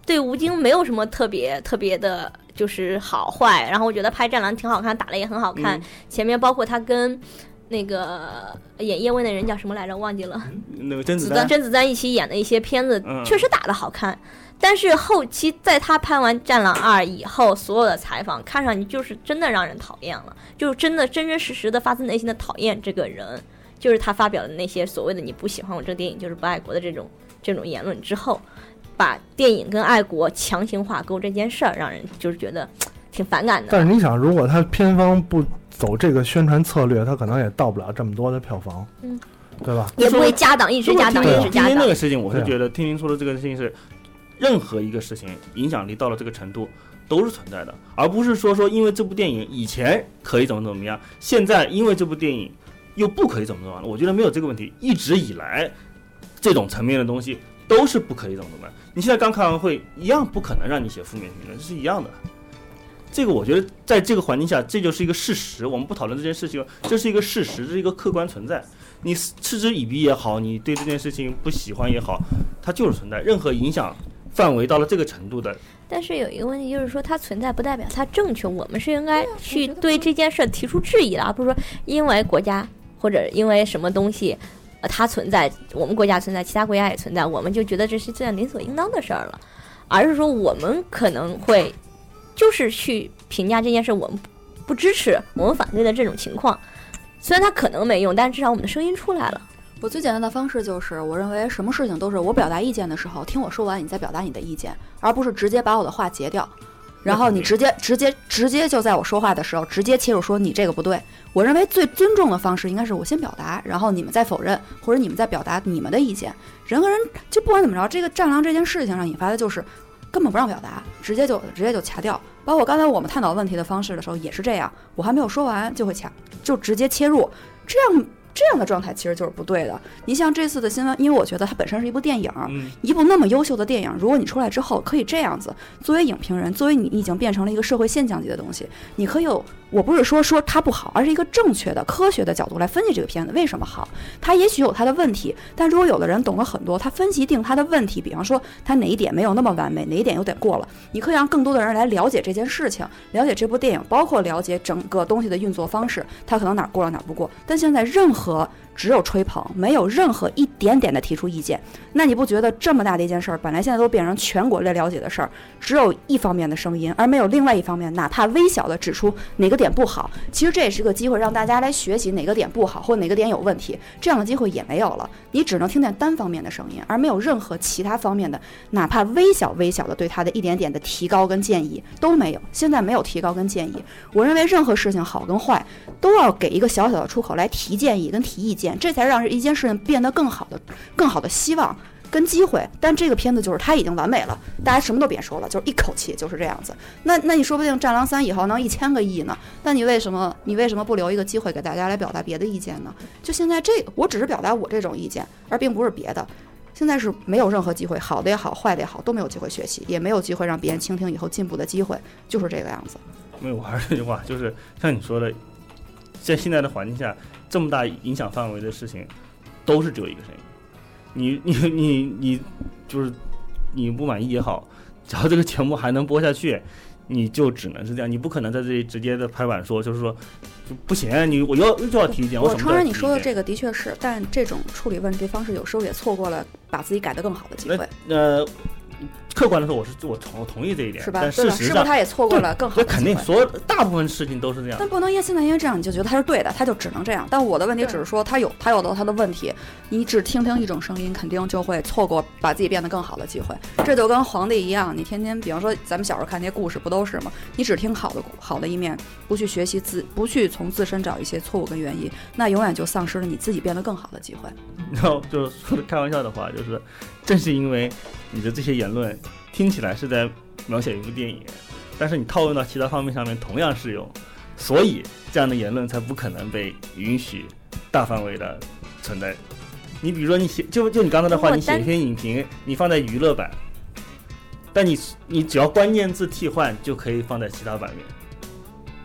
对吴京没有什么特别特别的，就是好坏。然后我觉得拍《战狼》挺好看，打得也很好看。嗯、前面包括他跟那个演叶问的人叫什么来着，忘记了。 那个甄子丹， 甄子丹一起演的一些片子，嗯、确实打得好看。但是后期在他拍完《战狼二》以后，所有的采访看上去就是真的让人讨厌了，就真的真真实实的发自内心的讨厌这个人。就是他发表的那些所谓的你不喜欢我这个电影就是不爱国的这种这种言论之后，把电影跟爱国强行挂钩这件事儿，让人就是觉得挺反感的。 但是你想，如果他片方不走这个宣传策略，他可能也到不了这么多的票房，嗯，对吧？ 也不会加档，一直加档，一直加档。 今天那个事情，我是觉得听您说的这个事情是，任何一个事情影响力到了这个程度都是存在的，而不是说说因为这部电影以前可以怎么怎么样，现在因为这部电影又不可以怎么怎么样。我觉得没有这个问题，一直以来这种层面的东西都是不可以怎么怎么样。你现在刚开完会，一样不可能让你写负面评论，这是一样的。这个我觉得在这个环境下，这就是一个事实。我们不讨论这件事情，这是一个事实，这是一个客观存在。你嗤之以鼻也好，你对这件事情不喜欢也好，它就是存在。任何影响范围到了这个程度的， 但是有一个问题就是说，它存在不代表它正确。我们是应该去对这件事提出质疑的，而不是说因为国家或者因为什么东西，呃，它存在，我们国家存在，其他国家也存在，我们就觉得这是这样理所应当的事儿了，而是说我们可能会就是去评价这件事，我们不支持，我们反对的这种情况。虽然它可能没用，但至少我们的声音出来了。 我最简单的方式就是，我认为什么事情都是我表达意见的时候，听我说完，你再表达你的意见，而不是直接把我的话截掉，然后你直接直接直接就在我说话的时候直接切入说你这个不对。我认为最尊重的方式应该是我先表达，然后你们再否认，或者你们再表达你们的意见。人和人就不管怎么着，这个战狼这件事情上引发的就是根本不让表达，直接就直接就掐掉。包括刚才我们探讨问题的方式的时候也是这样，我还没有说完就会掐，就直接切入，这样这样的状态其实就是不对的。你像这次的新闻，因为我觉得它本身是一部电影，嗯、一部那么优秀的电影，如果你出来之后可以这样子，作为影评人，作为你已经变成了一个社会现象级的东西，你可以有，我不是说说它不好，而是一个正确的科学的角度来分析这个片子为什么好。它也许有它的问题，但如果有的人懂得很多，他分析定它的问题，比方说它哪一点没有那么完美，哪一点有点过了，你可以让更多的人来了解这件事情，了解这部电影，包括了解整个东西的运作方式，它可能哪过了哪不过。但现在任何只有吹捧，没有任何一点点的提出意见，那你不觉得这么大的一件事儿，本来现在都变成全国来了解的事儿，只有一方面的声音，而没有另外一方面哪怕微小的指出哪个点不好，其实这也是个机会让大家来学习哪个点不好或哪个点有问题，这样的机会也没有了。你只能听见单方面的声音，而没有任何其他方面的哪怕微小微小的对他的一点点的提高跟建议都没有。现在没有提高跟建议，我认为任何事情好跟坏都要给一个小小的出口来提建议跟提意见，这才让一件事情变得更好的更好的希望跟机会。但这个片子就是它已经完美了，大家什么都别说了，就是一口气就是这样子。那那你说不定战狼三以后能一千个亿呢，那你为什么你为什么不留一个机会给大家来表达别的意见呢？就现在这个我只是表达我这种意见，而并不是别的。现在是没有任何机会，好的也好坏的也好都没有机会学习，也没有机会让别人倾听以后进步的机会，就是这个样子。 没有，我还是这句话，就是像你说的，在现在的环境下，这么大影响范围的事情都是只有一个声音，你你你你就是你不满意也好，只要这个节目还能播下去，你就只能是这样，你不可能在这里直接的拍板说，就是说就不行，你我要就要提意见。 我承认你说的这个的确是，但这种处理问题方式有时候也错过了把自己改得更好的机会。 呃，客观的说，我是我同我同意这一点， 是吧？ 但事实上， 是不是他也错过了更好的机会？ 肯定，所有大部分事情都是这样。 但不能因现在因为这样你就觉得他是对的，他就只能这样。但我的问题只是说，他有他有的他的问题，你只听听一种声音，肯定就会错过把自己变得更好的机会。这就跟皇帝一样，你天天，比方说咱们小时候看那些故事，不都是吗？你只听好的好的一面，不去学习自，不去从自身找一些错误跟原因，那永远就丧失了你自己变得更好的机会。 然后就说开玩笑的话，就是正是因为你的这些言论听起来是在描写一部电影，但是你套用到其他方面上面同样适用，所以这样的言论才不可能被允许大范围的存在。你比如说你写就就你刚才的话，你写一篇影评，你放在娱乐版，但你你只要关键字替换就可以放在其他版面。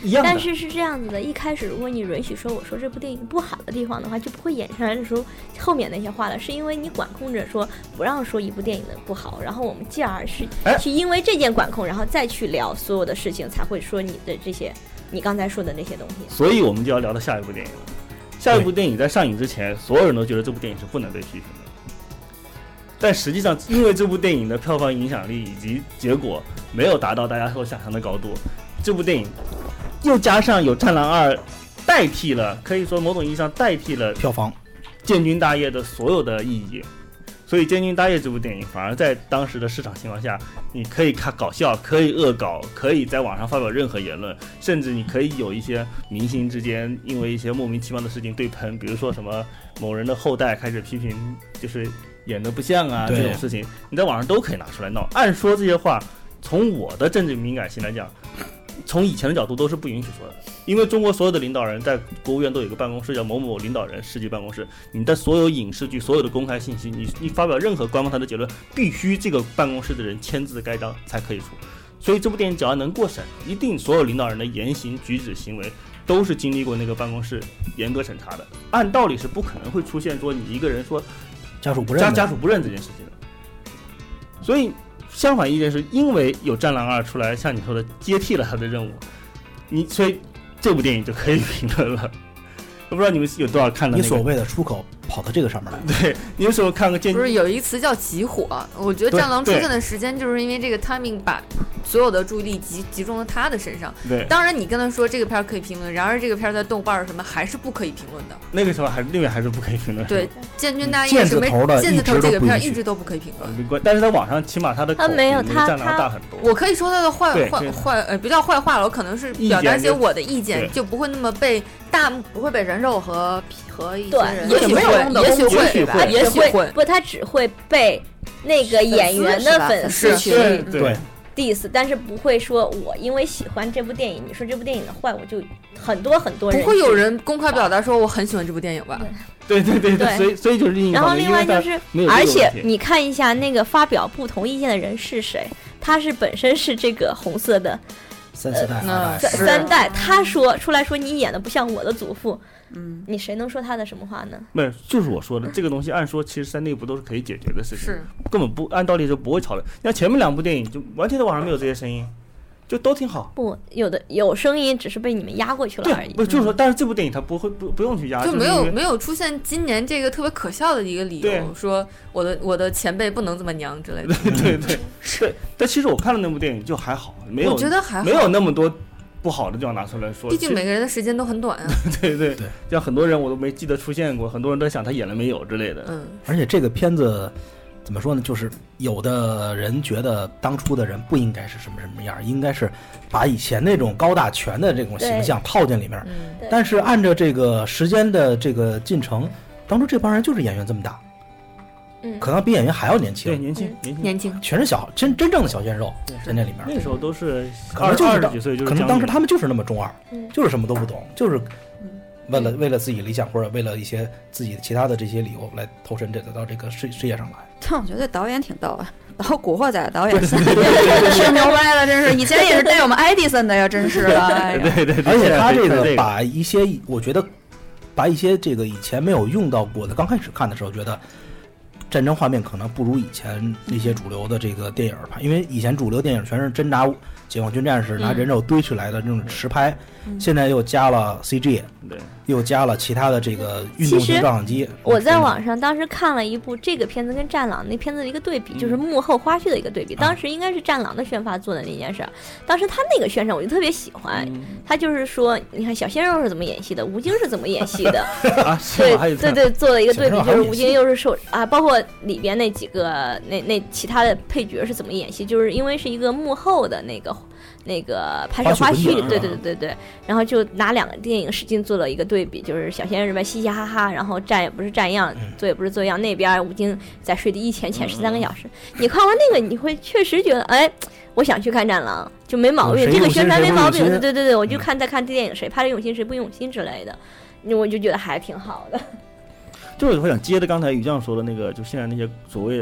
一样的。 但是是这样子的，一开始如果你允许说我说这部电影不好的地方的话，就不会衍生来说后面那些话了，是因为你管控着说不让说一部电影的不好，然后我们继而是去因为这件管控，然后再去聊所有的事情，才会说你的这些你刚才说的那些东西。 所以我们就要聊到下一部电影了。下一部电影在上映之前，所有人都觉得这部电影是不能被批评的，但实际上因为这部电影的票房影响力以及结果没有达到大家所想象的高度，这部电影又加上有《战狼二》代替了，可以说某种意义上代替了票房建军大业的所有的意义，所以建军大业这部电影反而在当时的市场情况下，你可以看搞笑，可以恶搞，可以在网上发表任何言论，甚至你可以有一些明星之间因为一些莫名其妙的事情对喷，比如说什么某人的后代开始批评就是演得不像啊，这种事情你在网上都可以拿出来闹。按说这些话从我的政治敏感性来讲，从以前的角度都是不允许说的，因为中国所有的领导人在国务院都有一个办公室叫某某领导人世纪办公室，你的所有影视剧所有的公开信息，你你发表任何官方台的结论，必须这个办公室的人签字盖章才可以出。所以这部电影只要能过审，一定所有领导人的言行举止行为都是经历过那个办公室严格审查的，按道理是不可能会出现说你一个人说家属不认家家属不认这件事情的。所以相反一件是因为有《战狼二》出来，像你说的接替了他的任务，你所以这部电影就可以评论了。我不知道你们有多少看的、那个、 你所谓的出口跑到这个上面来。 对，你有时候看个建不是有一个词叫集火，我觉得战狼出现的时间就是因为这个 timing 把所有的注意力集集中到他的身上。 对， 当然你跟他说这个片可以评论，然而这个片在豆瓣什么还是不可以评论的。 那个时候还那边还是不可以评论。 对，建军大业什么箭字头这个片一直都不可以评论。 但是在网上起码他的他没有他战狼大很多。 我可以说他的坏坏坏呃不叫坏话了，我可能是表达一些我的意见，就不会那么被大不会被人肉和和一些人也许会也许会也许会不，他只会被那个演员的粉丝群对 diss， 但是不会说我因为喜欢这部电影，你说这部电影的坏，我就很多很多人不会有人公开表达说我很喜欢这部电影吧？ 对对对对，所以所以就是另一然后另外就是，而且你看一下那个发表不同意见的人是谁，他是本身是这个红色的三四代、 呃、三代，他说出来说你演的不像我的祖父。嗯，你谁能说他的什么话呢？ 没有，就是我说的这个东西，按说其实在内部都是可以解决的事情， 是根本不按道理就不会吵的。那前面两部电影就完全在网上没有这些声音，就都挺好。 不，有的有声音，只是被你们压过去了而已。 不就是说，但是这部电影它不会不不用去压， 就没有没有出现今年这个特别可笑的一个理由，说我的我的前辈不能这么娘之类的。 对对对对，但其实我看了那部电影就还好，没有我觉得还好， 没有那么多不好的地方拿出来说， 毕竟每个人的时间都很短啊。 对对对，像很多人我都没记得出现过，很多人都在想他演了没有之类的。 嗯， 而且这个片子怎么说呢？就是有的人觉得当初的人不应该是什么什么样，应该是把以前那种高大全的这种形象套进里面。 嗯， 但是按照这个时间的这个进程，当初这帮人就是演员这么大。 嗯， 可能比演员还要年轻， 对，年轻，年轻， 年轻， 全是小真真正的小鲜肉在那里面。 那时候都是可能就是二十几岁，就是可能当时他们就是那么中二， 嗯、 就是什么都不懂，就是为了、嗯、为了自己理想或者为了一些自己其他的这些理由来投身这个到这个事事业上来。 但我觉得导演挺逗啊，然后《古惑仔》导演是牛掰了，真是以前也是带我们爱迪生的呀，真是的。哎、 对对对， 而且他这个把一些，我觉得把一些这个以前没有用到过的，刚开始看的时候觉得。战争画面可能不如以前那些主流的这个电影拍，因为以前主流电影全是真拿解放军战士拿人肉堆起来的这种实拍， 嗯、 现在又加了 C G， 对， 又加了其他的这个运动型照相机。 我在网上当时看了一部这个片子跟《战狼》那片子的一个对比，嗯、就是幕后花絮的一个对比。当时应该是《战狼》的宣发做的那件事，当时他那个宣传我就特别喜欢，嗯、他就是说，你看小鲜肉是怎么演戏的，吴京是怎么演戏的， 啊、 对对对，做了一个对比，就是吴京又是受啊，包括里边那几个那那其他的配角是怎么演戏，就是因为是一个幕后的那个那个拍摄花絮，对对对对对，然后就拿两个电影使劲做了一个对比，就是小鲜肉们嘻嘻哈哈，然后站也不是站样，做也不是做样，那边吴京在水底一潜潜十三个小时，你看完那个你会确实觉得，哎，我想去看《战狼》，就没毛病，这个宣传没毛病，对对对对，我就看再看电影谁拍的用心谁不用心之类的，我就觉得还挺好的。 就是我想接着刚才于酱说的那个，就现在那些所谓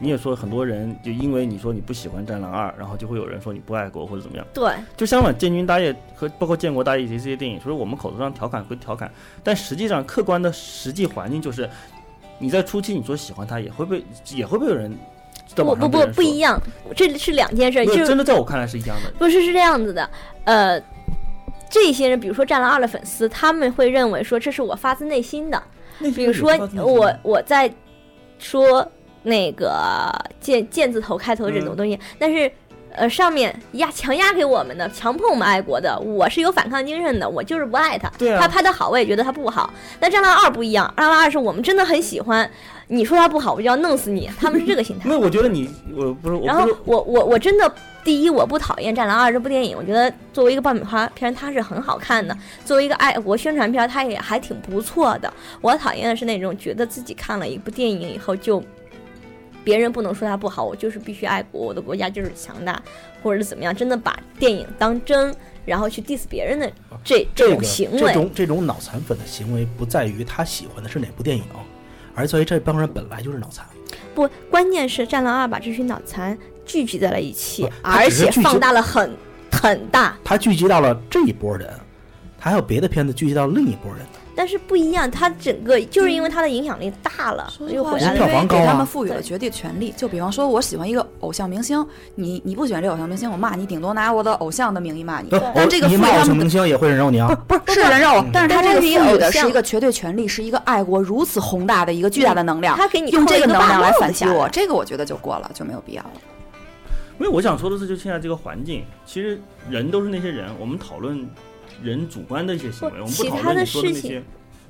你也说很多人就因为你说你不喜欢《战狼二》，然后就会有人说你不爱国或者怎么样。 对， 就相反，《建军大业》和包括《建国大业》这些电影，说我们口头上调侃归调侃，但实际上客观的实际环境就是，你在初期你说喜欢它，也会被也会被有人。 不不不不一样，这是两件事。就真的在我看来是一样的。 不是是这样子的，呃，这些人，比如说《战狼二》的粉丝，他们会认为说这是我发自内心的。比如说我我在说那个剑剑字头开头这种东西，嗯、但是呃上面压强压给我们的，强迫我们爱国的，我是有反抗精神的，我就是不爱他。 对啊、 他拍的好，我也觉得他不好。但《战狼二》不一样，《战狼二》是我们真的很喜欢。你说他不好，我就要弄死你。他们是这个心态。 那我觉得你，我不是。 然后我我我真的，第一，我不讨厌《战狼二》这部电影，我觉得作为一个爆米花片，它是很好看的；作为一个爱国宣传片，它也还挺不错的。我讨厌的是那种觉得自己看了一部电影以后就，别人不能说它不好，我就是必须爱国，我的国家就是强大，或者是怎么样，真的把电影当真，然后去 diss 别人的这这种行为。 这种这种脑残粉的行为，不在于他喜欢的是哪部电影。而在于这帮人本来就是脑残， 不，关键是《战狼二》把这群脑残聚集在了一起，而且放大了很很大。 他聚集到了这一波人，他还有别的片子聚集到另一波人。 但是不一样，他整个就是因为他的影响力大了， 嗯、 又回来了， 票房高啊， 给他们赋予了绝对权利。就比方说，我喜欢一个偶像明星，你你不喜欢这个偶像明星，我骂你，顶多拿我的偶像的名义骂你。但这个你骂偶像明星也会人肉你啊？ 不是不是是人肉，嗯、但是他这个赋予的是一个绝对权利，是一个爱国如此宏大的一个巨大的能量， 他给你用这个能量来反击我，这个我觉得就过了，就没有必要了。 因为我想说的是，就现在这个环境，其实人都是那些人，我们讨论人主观的一些行为，我们不讨论你说的那些。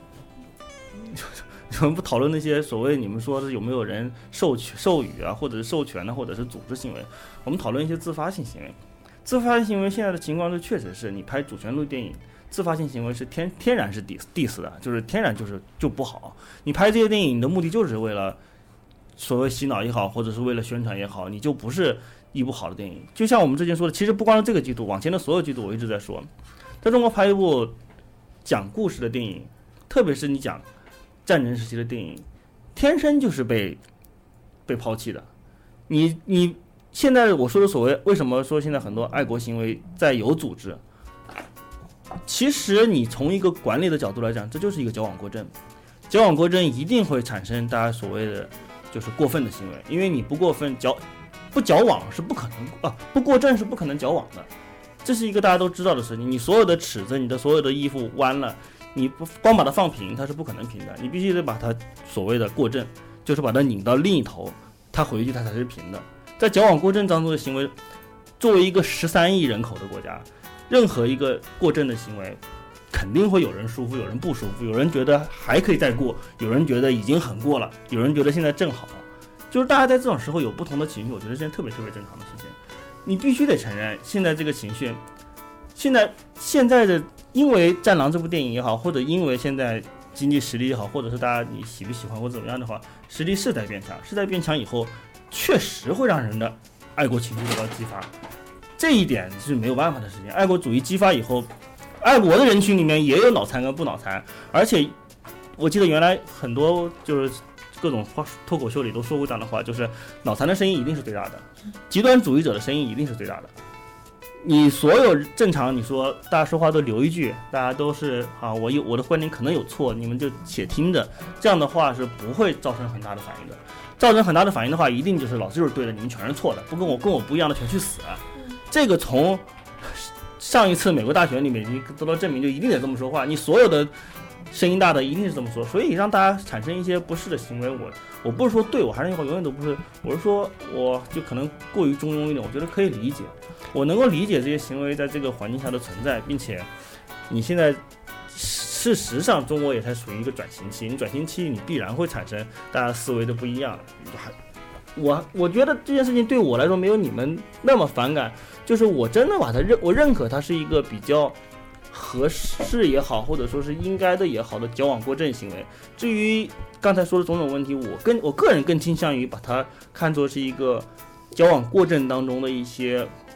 我们不讨论那些所谓你们说的有没有人授权授予啊，或者是授权呢、啊，或者是组织行为。我们讨论一些自发性行为。自发性行为现在的情况是，确实是你拍主旋律电影，自发性行为是天天然是 diss diss 的，就是天然就是就不好。你拍这些电影的目的就是为了所谓洗脑也好，或者是为了宣传也好，你就不是一部好的电影。就像我们之前说的，其实不光是这个季度，往前的所有季度我一直在说，在中国拍一部讲故事的电影，特别是你讲战争时期的电影，天生就是被被抛弃的。你你现在我说的所谓为什么说现在很多爱国行为在有组织，其实你从一个管理的角度来讲，这就是一个矫枉过正。矫枉过正一定会产生大家所谓的就是过分的行为，因为你不过分矫不矫枉是不可能啊，不过正是不可能矫枉的，这是一个大家都知道的事情。你所有的尺子，你的所有的衣服弯了，你不光把它放平，它是不可能平的，你必须得把它所谓的过正，就是把它拧到另一头，它回去它才是平的。在矫枉过正当中的行为，作为一个十三亿人口的国家，任何一个过正的行为，肯定会有人舒服，有人不舒服，有人觉得还可以再过，有人觉得已经很过了，有人觉得现在正好。就是大家在这种时候有不同的情绪，我觉得是件特别特别正常的事情。你必须得承认，现在这个情绪，现在现在的因为《战狼》这部电影也好，或者因为现在经济实力也好，或者是大家你喜不喜欢或者怎么样的话，实力是在变强，是在变强以后，确实会让人的爱国情绪得到激发，这一点是没有办法的事情。爱国主义激发以后，爱国的人群里面也有脑残跟不脑残，而且我记得原来很多就是各种脱口秀里都说过这样的话，就是脑残的声音一定是最大的，极端主义者的声音一定是最大的。你所有正常，你说大家说话都留一句，大家都是啊，我有我的观点可能有错，你们就且听着，这样的话是不会造成很大的反应的。造成很大的反应的话，一定就是老子就是对的，你们全是错的，不跟我跟我不一样的全去死。这个从上一次美国大选里面已经得到证明，就一定得这么说话。你所有的声音大的一定是这么说，所以让大家产生一些不适的行为，我我不是说对，我还是那句话，永远都不是，我是说我就可能过于中庸一点，我觉得可以理解，我能够理解这些行为在这个环境下的存在，并且你现在事实上中国也才属于一个转型期，你转型期你必然会产生大家思维的不一样。我我觉得这件事情对我来说没有你们那么反感，就是我真的把它认我认可它是一个比较合适也好，或者说是应该的也好的矫枉过正行为。至于刚才说的种种问题，我跟我个人更倾向于把它看作是一个矫枉过正当中的一些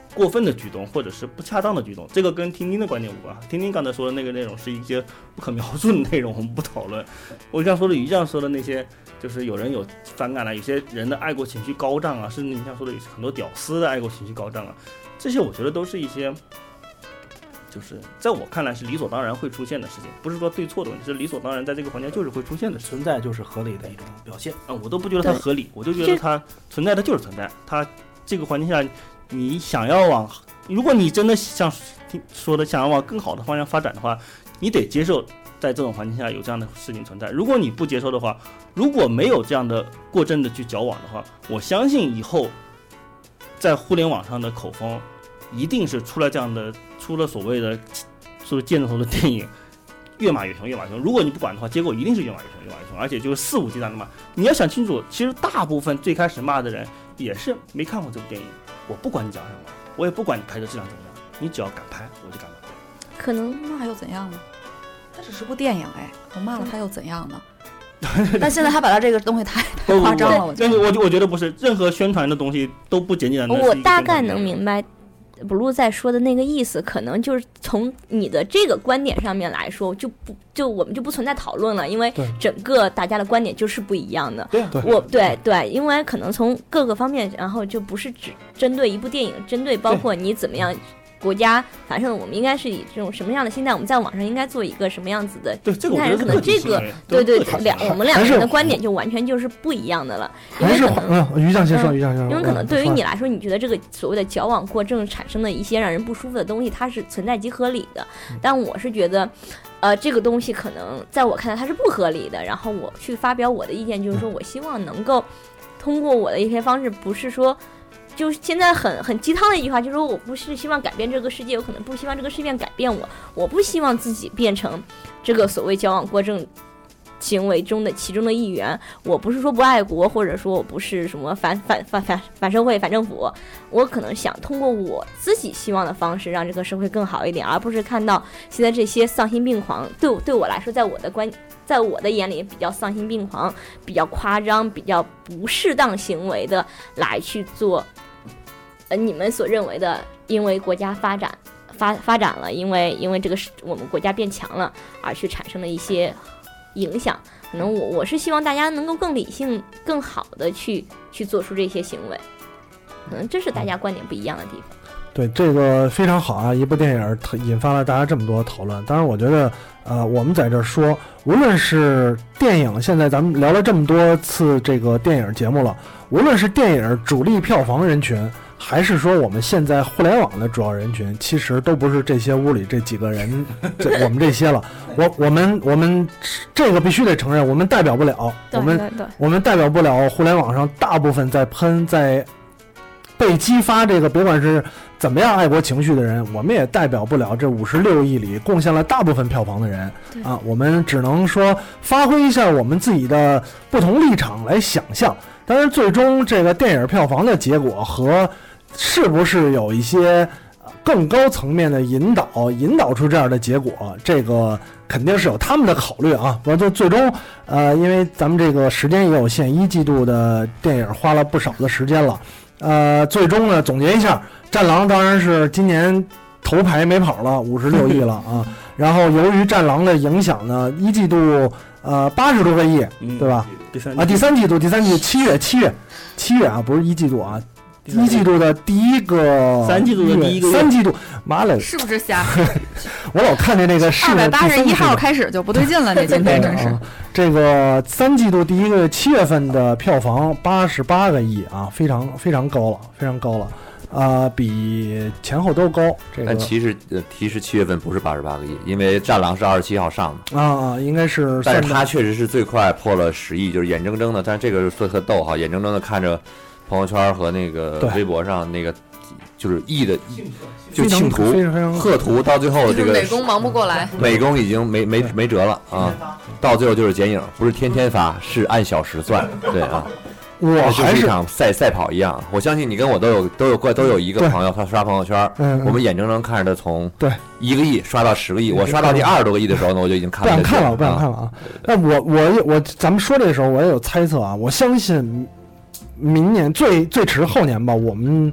过分的举动或者是不恰当的举动，这个跟听听的观点无关。听听刚才说的那个内容是一些不可描述的内容，我们不讨论。我刚说的于酱说的那些，就是有人有反感了、啊，有些人的爱国情绪高涨啊，甚至你像说的很多屌丝的爱国情绪高涨啊，这些我觉得都是一些。就是在我看来是理所当然会出现的事情，不是说对错的问题，是理所当然在这个环境就是会出现的， 存在就是合理的一种表现啊、嗯！我都不觉得它合理，我就觉得它存在，它就是存在。它这个环境下，你想要往，如果你真的像说的想要往更好的方向发展的话，你得接受在这种环境下有这样的事情存在。如果你不接受的话，如果没有这样的过正的去矫枉的话，我相信以后在互联网上的口风。一定是出了这样的，出了所谓的，说箭头的电影，越骂越凶，越骂越凶。如果你不管的话，结果一定是越骂越凶，越骂越凶，而且就是肆无忌惮的骂。你要想清楚，其实大部分最开始骂的人也是没看过这部电影。我不管你讲什么，我也不管你拍的质量怎么样，你只要敢拍，我就敢骂。 可能骂又怎样呢？它只是部电影，哎，我骂了它又怎样呢？但现在他把他这个东西太太夸张了，我觉得。 我我觉得不是，任何宣传的东西都不简简单单。 我大概能明白。blue 在说的那个意思，可能就是从你的这个观点上面来说，就不就我们就不存在讨论了，因为整个大家的观点就是不一样的。 对对， 我对对，因为可能从各个方面，然后就不是只针对一部电影，针对包括你怎么样。国家，反正我们应该是以这种什么样的心态，我们在网上应该做一个什么样子的心态，可能这个对对两我们两个人的观点就完全就是不一样的了。因为可能嗯，于酱先说，于酱先说， 因为可能对于你来说，你觉得这个所谓的矫枉过正产生的一些让人不舒服的东西，它是存在即合理的。但我是觉得，呃，这个东西可能在我看来它是不合理的。然后我去发表我的意见，就是说我希望能够通过我的一些方式，不是说。就是现在很很鸡汤的一句话，就是说我不是希望改变这个世界，我可能不希望这个世界改变我，我不希望自己变成这个所谓矫枉过正行为中的其中的一员。我不是说不爱国，或者说我不是什么反反反反反社会、反政府，我可能想通过我自己希望的方式，让这个社会更好一点，而不是看到现在这些丧心病狂，对对我来说，在我的观。在我的眼里比较丧心病狂、比较夸张、比较不适当行为的来去做，呃，你们所认为的，因为国家发展发发展了，因为因为这个是我们国家变强了而去产生的一些影响。可能我我是希望大家能够更理性、更好的去去做出这些行为，可能这是大家观点不一样的地方。 对，这个非常好啊！一部电影引发了大家这么多讨论。当然，我觉得，呃，我们在这说，无论是电影，现在咱们聊了这么多次这个电影节目了，无论是电影主力票房人群，还是说我们现在互联网的主要人群，其实都不是这些屋里这几个人，这我们这些了。我我们我们这个必须得承认，我们代表不了，我们我们代表不了互联网上大部分在喷在。被激发这个别管是怎么样爱国情绪的人，我们也代表不了这五十六亿里贡献了大部分票房的人啊，我们只能说发挥一下我们自己的不同立场来想象。当然，最终这个电影票房的结果和是不是有一些更高层面的引导，引导出这样的结果，这个肯定是有他们的考虑啊。不过就最终，呃，因为咱们这个时间也有限，一季度的电影花了不少的时间了。呃，最终呢，总结一下，《战狼》当然是今年头牌没跑了，五十六亿了啊。然后由于《战狼》的影响呢，一季度呃八十多个亿，对吧？ 第三啊，第三季度，第三季度七月，七月，七月啊，不是一季度啊。一季度的第一个， 三季度的第一个， 三季度，妈嘞， 是不是瞎？ 我老看见那个是二百八十一号开始就不对劲了，这今天真是。 这个三季度第一个月七月份的票房八十八个亿啊，非常非常高了，非常高了，啊、呃，比前后都高。这个、 但其实呃，其实七月份不是八十八个亿，因为《战狼》是二十七号上的啊啊，应该是。 但是它确实是最快破了十亿，就是眼睁睁的，但是这个说特逗哈，眼睁睁的看着。朋友圈和那个微博上那个就是亿的就庆图贺图，到最后这个美工忙不过来， 美工已经没没没辙了啊！到最后就是剪影，不是天天发，是按小时算。对啊， 我还是一场赛赛跑一样。我相信你跟我都有都有都有一个朋友，他刷朋友圈，我们眼睁睁看着他从对一个亿刷到十个亿，我刷到第二十多个亿的时候呢，我就已经看不想看了，我不想看了啊！那我我我咱们说这时候我也有猜测啊，我相信。明年最最迟后年吧，我们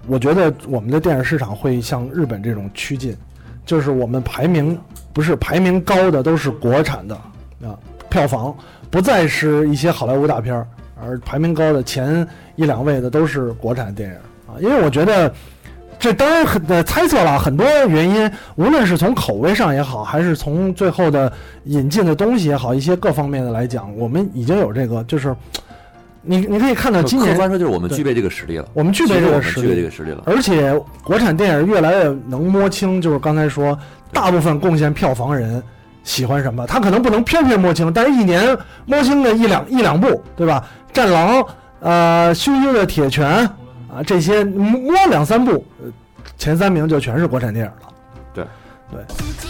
我觉得我们的电影市场会向日本这种趋近，就是我们排名不是排名高的都是国产的啊，票房不再是一些好莱坞大片，而排名高的前一两位的都是国产电影啊。因为我觉得这当然很呃猜测了很多原因，无论是从口味上也好，还是从最后的引进的东西也好，一些各方面的来讲，我们已经有这个就是。你你可以看到今年， 客观说就是我们具备这个实力了。 我们具备这个实力， 具备这个实力了。 而且国产电影越来越能摸清，就是刚才说，大部分贡献票房人喜欢什么，他可能不能偏偏摸清，但是一年摸清个一两一两部，对吧？战狼，呃，羞羞的铁拳啊，这些摸两三部，前三名就全是国产电影了。 对， 对。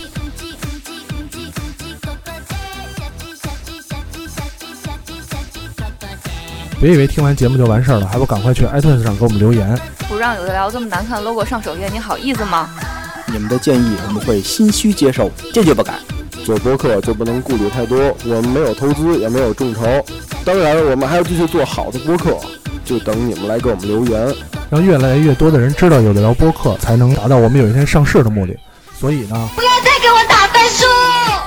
别以为听完节目就完事儿了，还不赶快去 iTunes 上给我们留言。 不让有的聊这么难看的 logo 上首页，你好意思吗？ 你们的建议我们会心虚接受，坚决不改。 做播客就不能顾虑太多，我们没有投资，也没有众筹，当然我们还要继续做好的播客，就等你们来给我们留言， 让越来越多的人知道有的聊播客，才能达到我们有一天上市的目的。所以呢， 不要再给我打分数。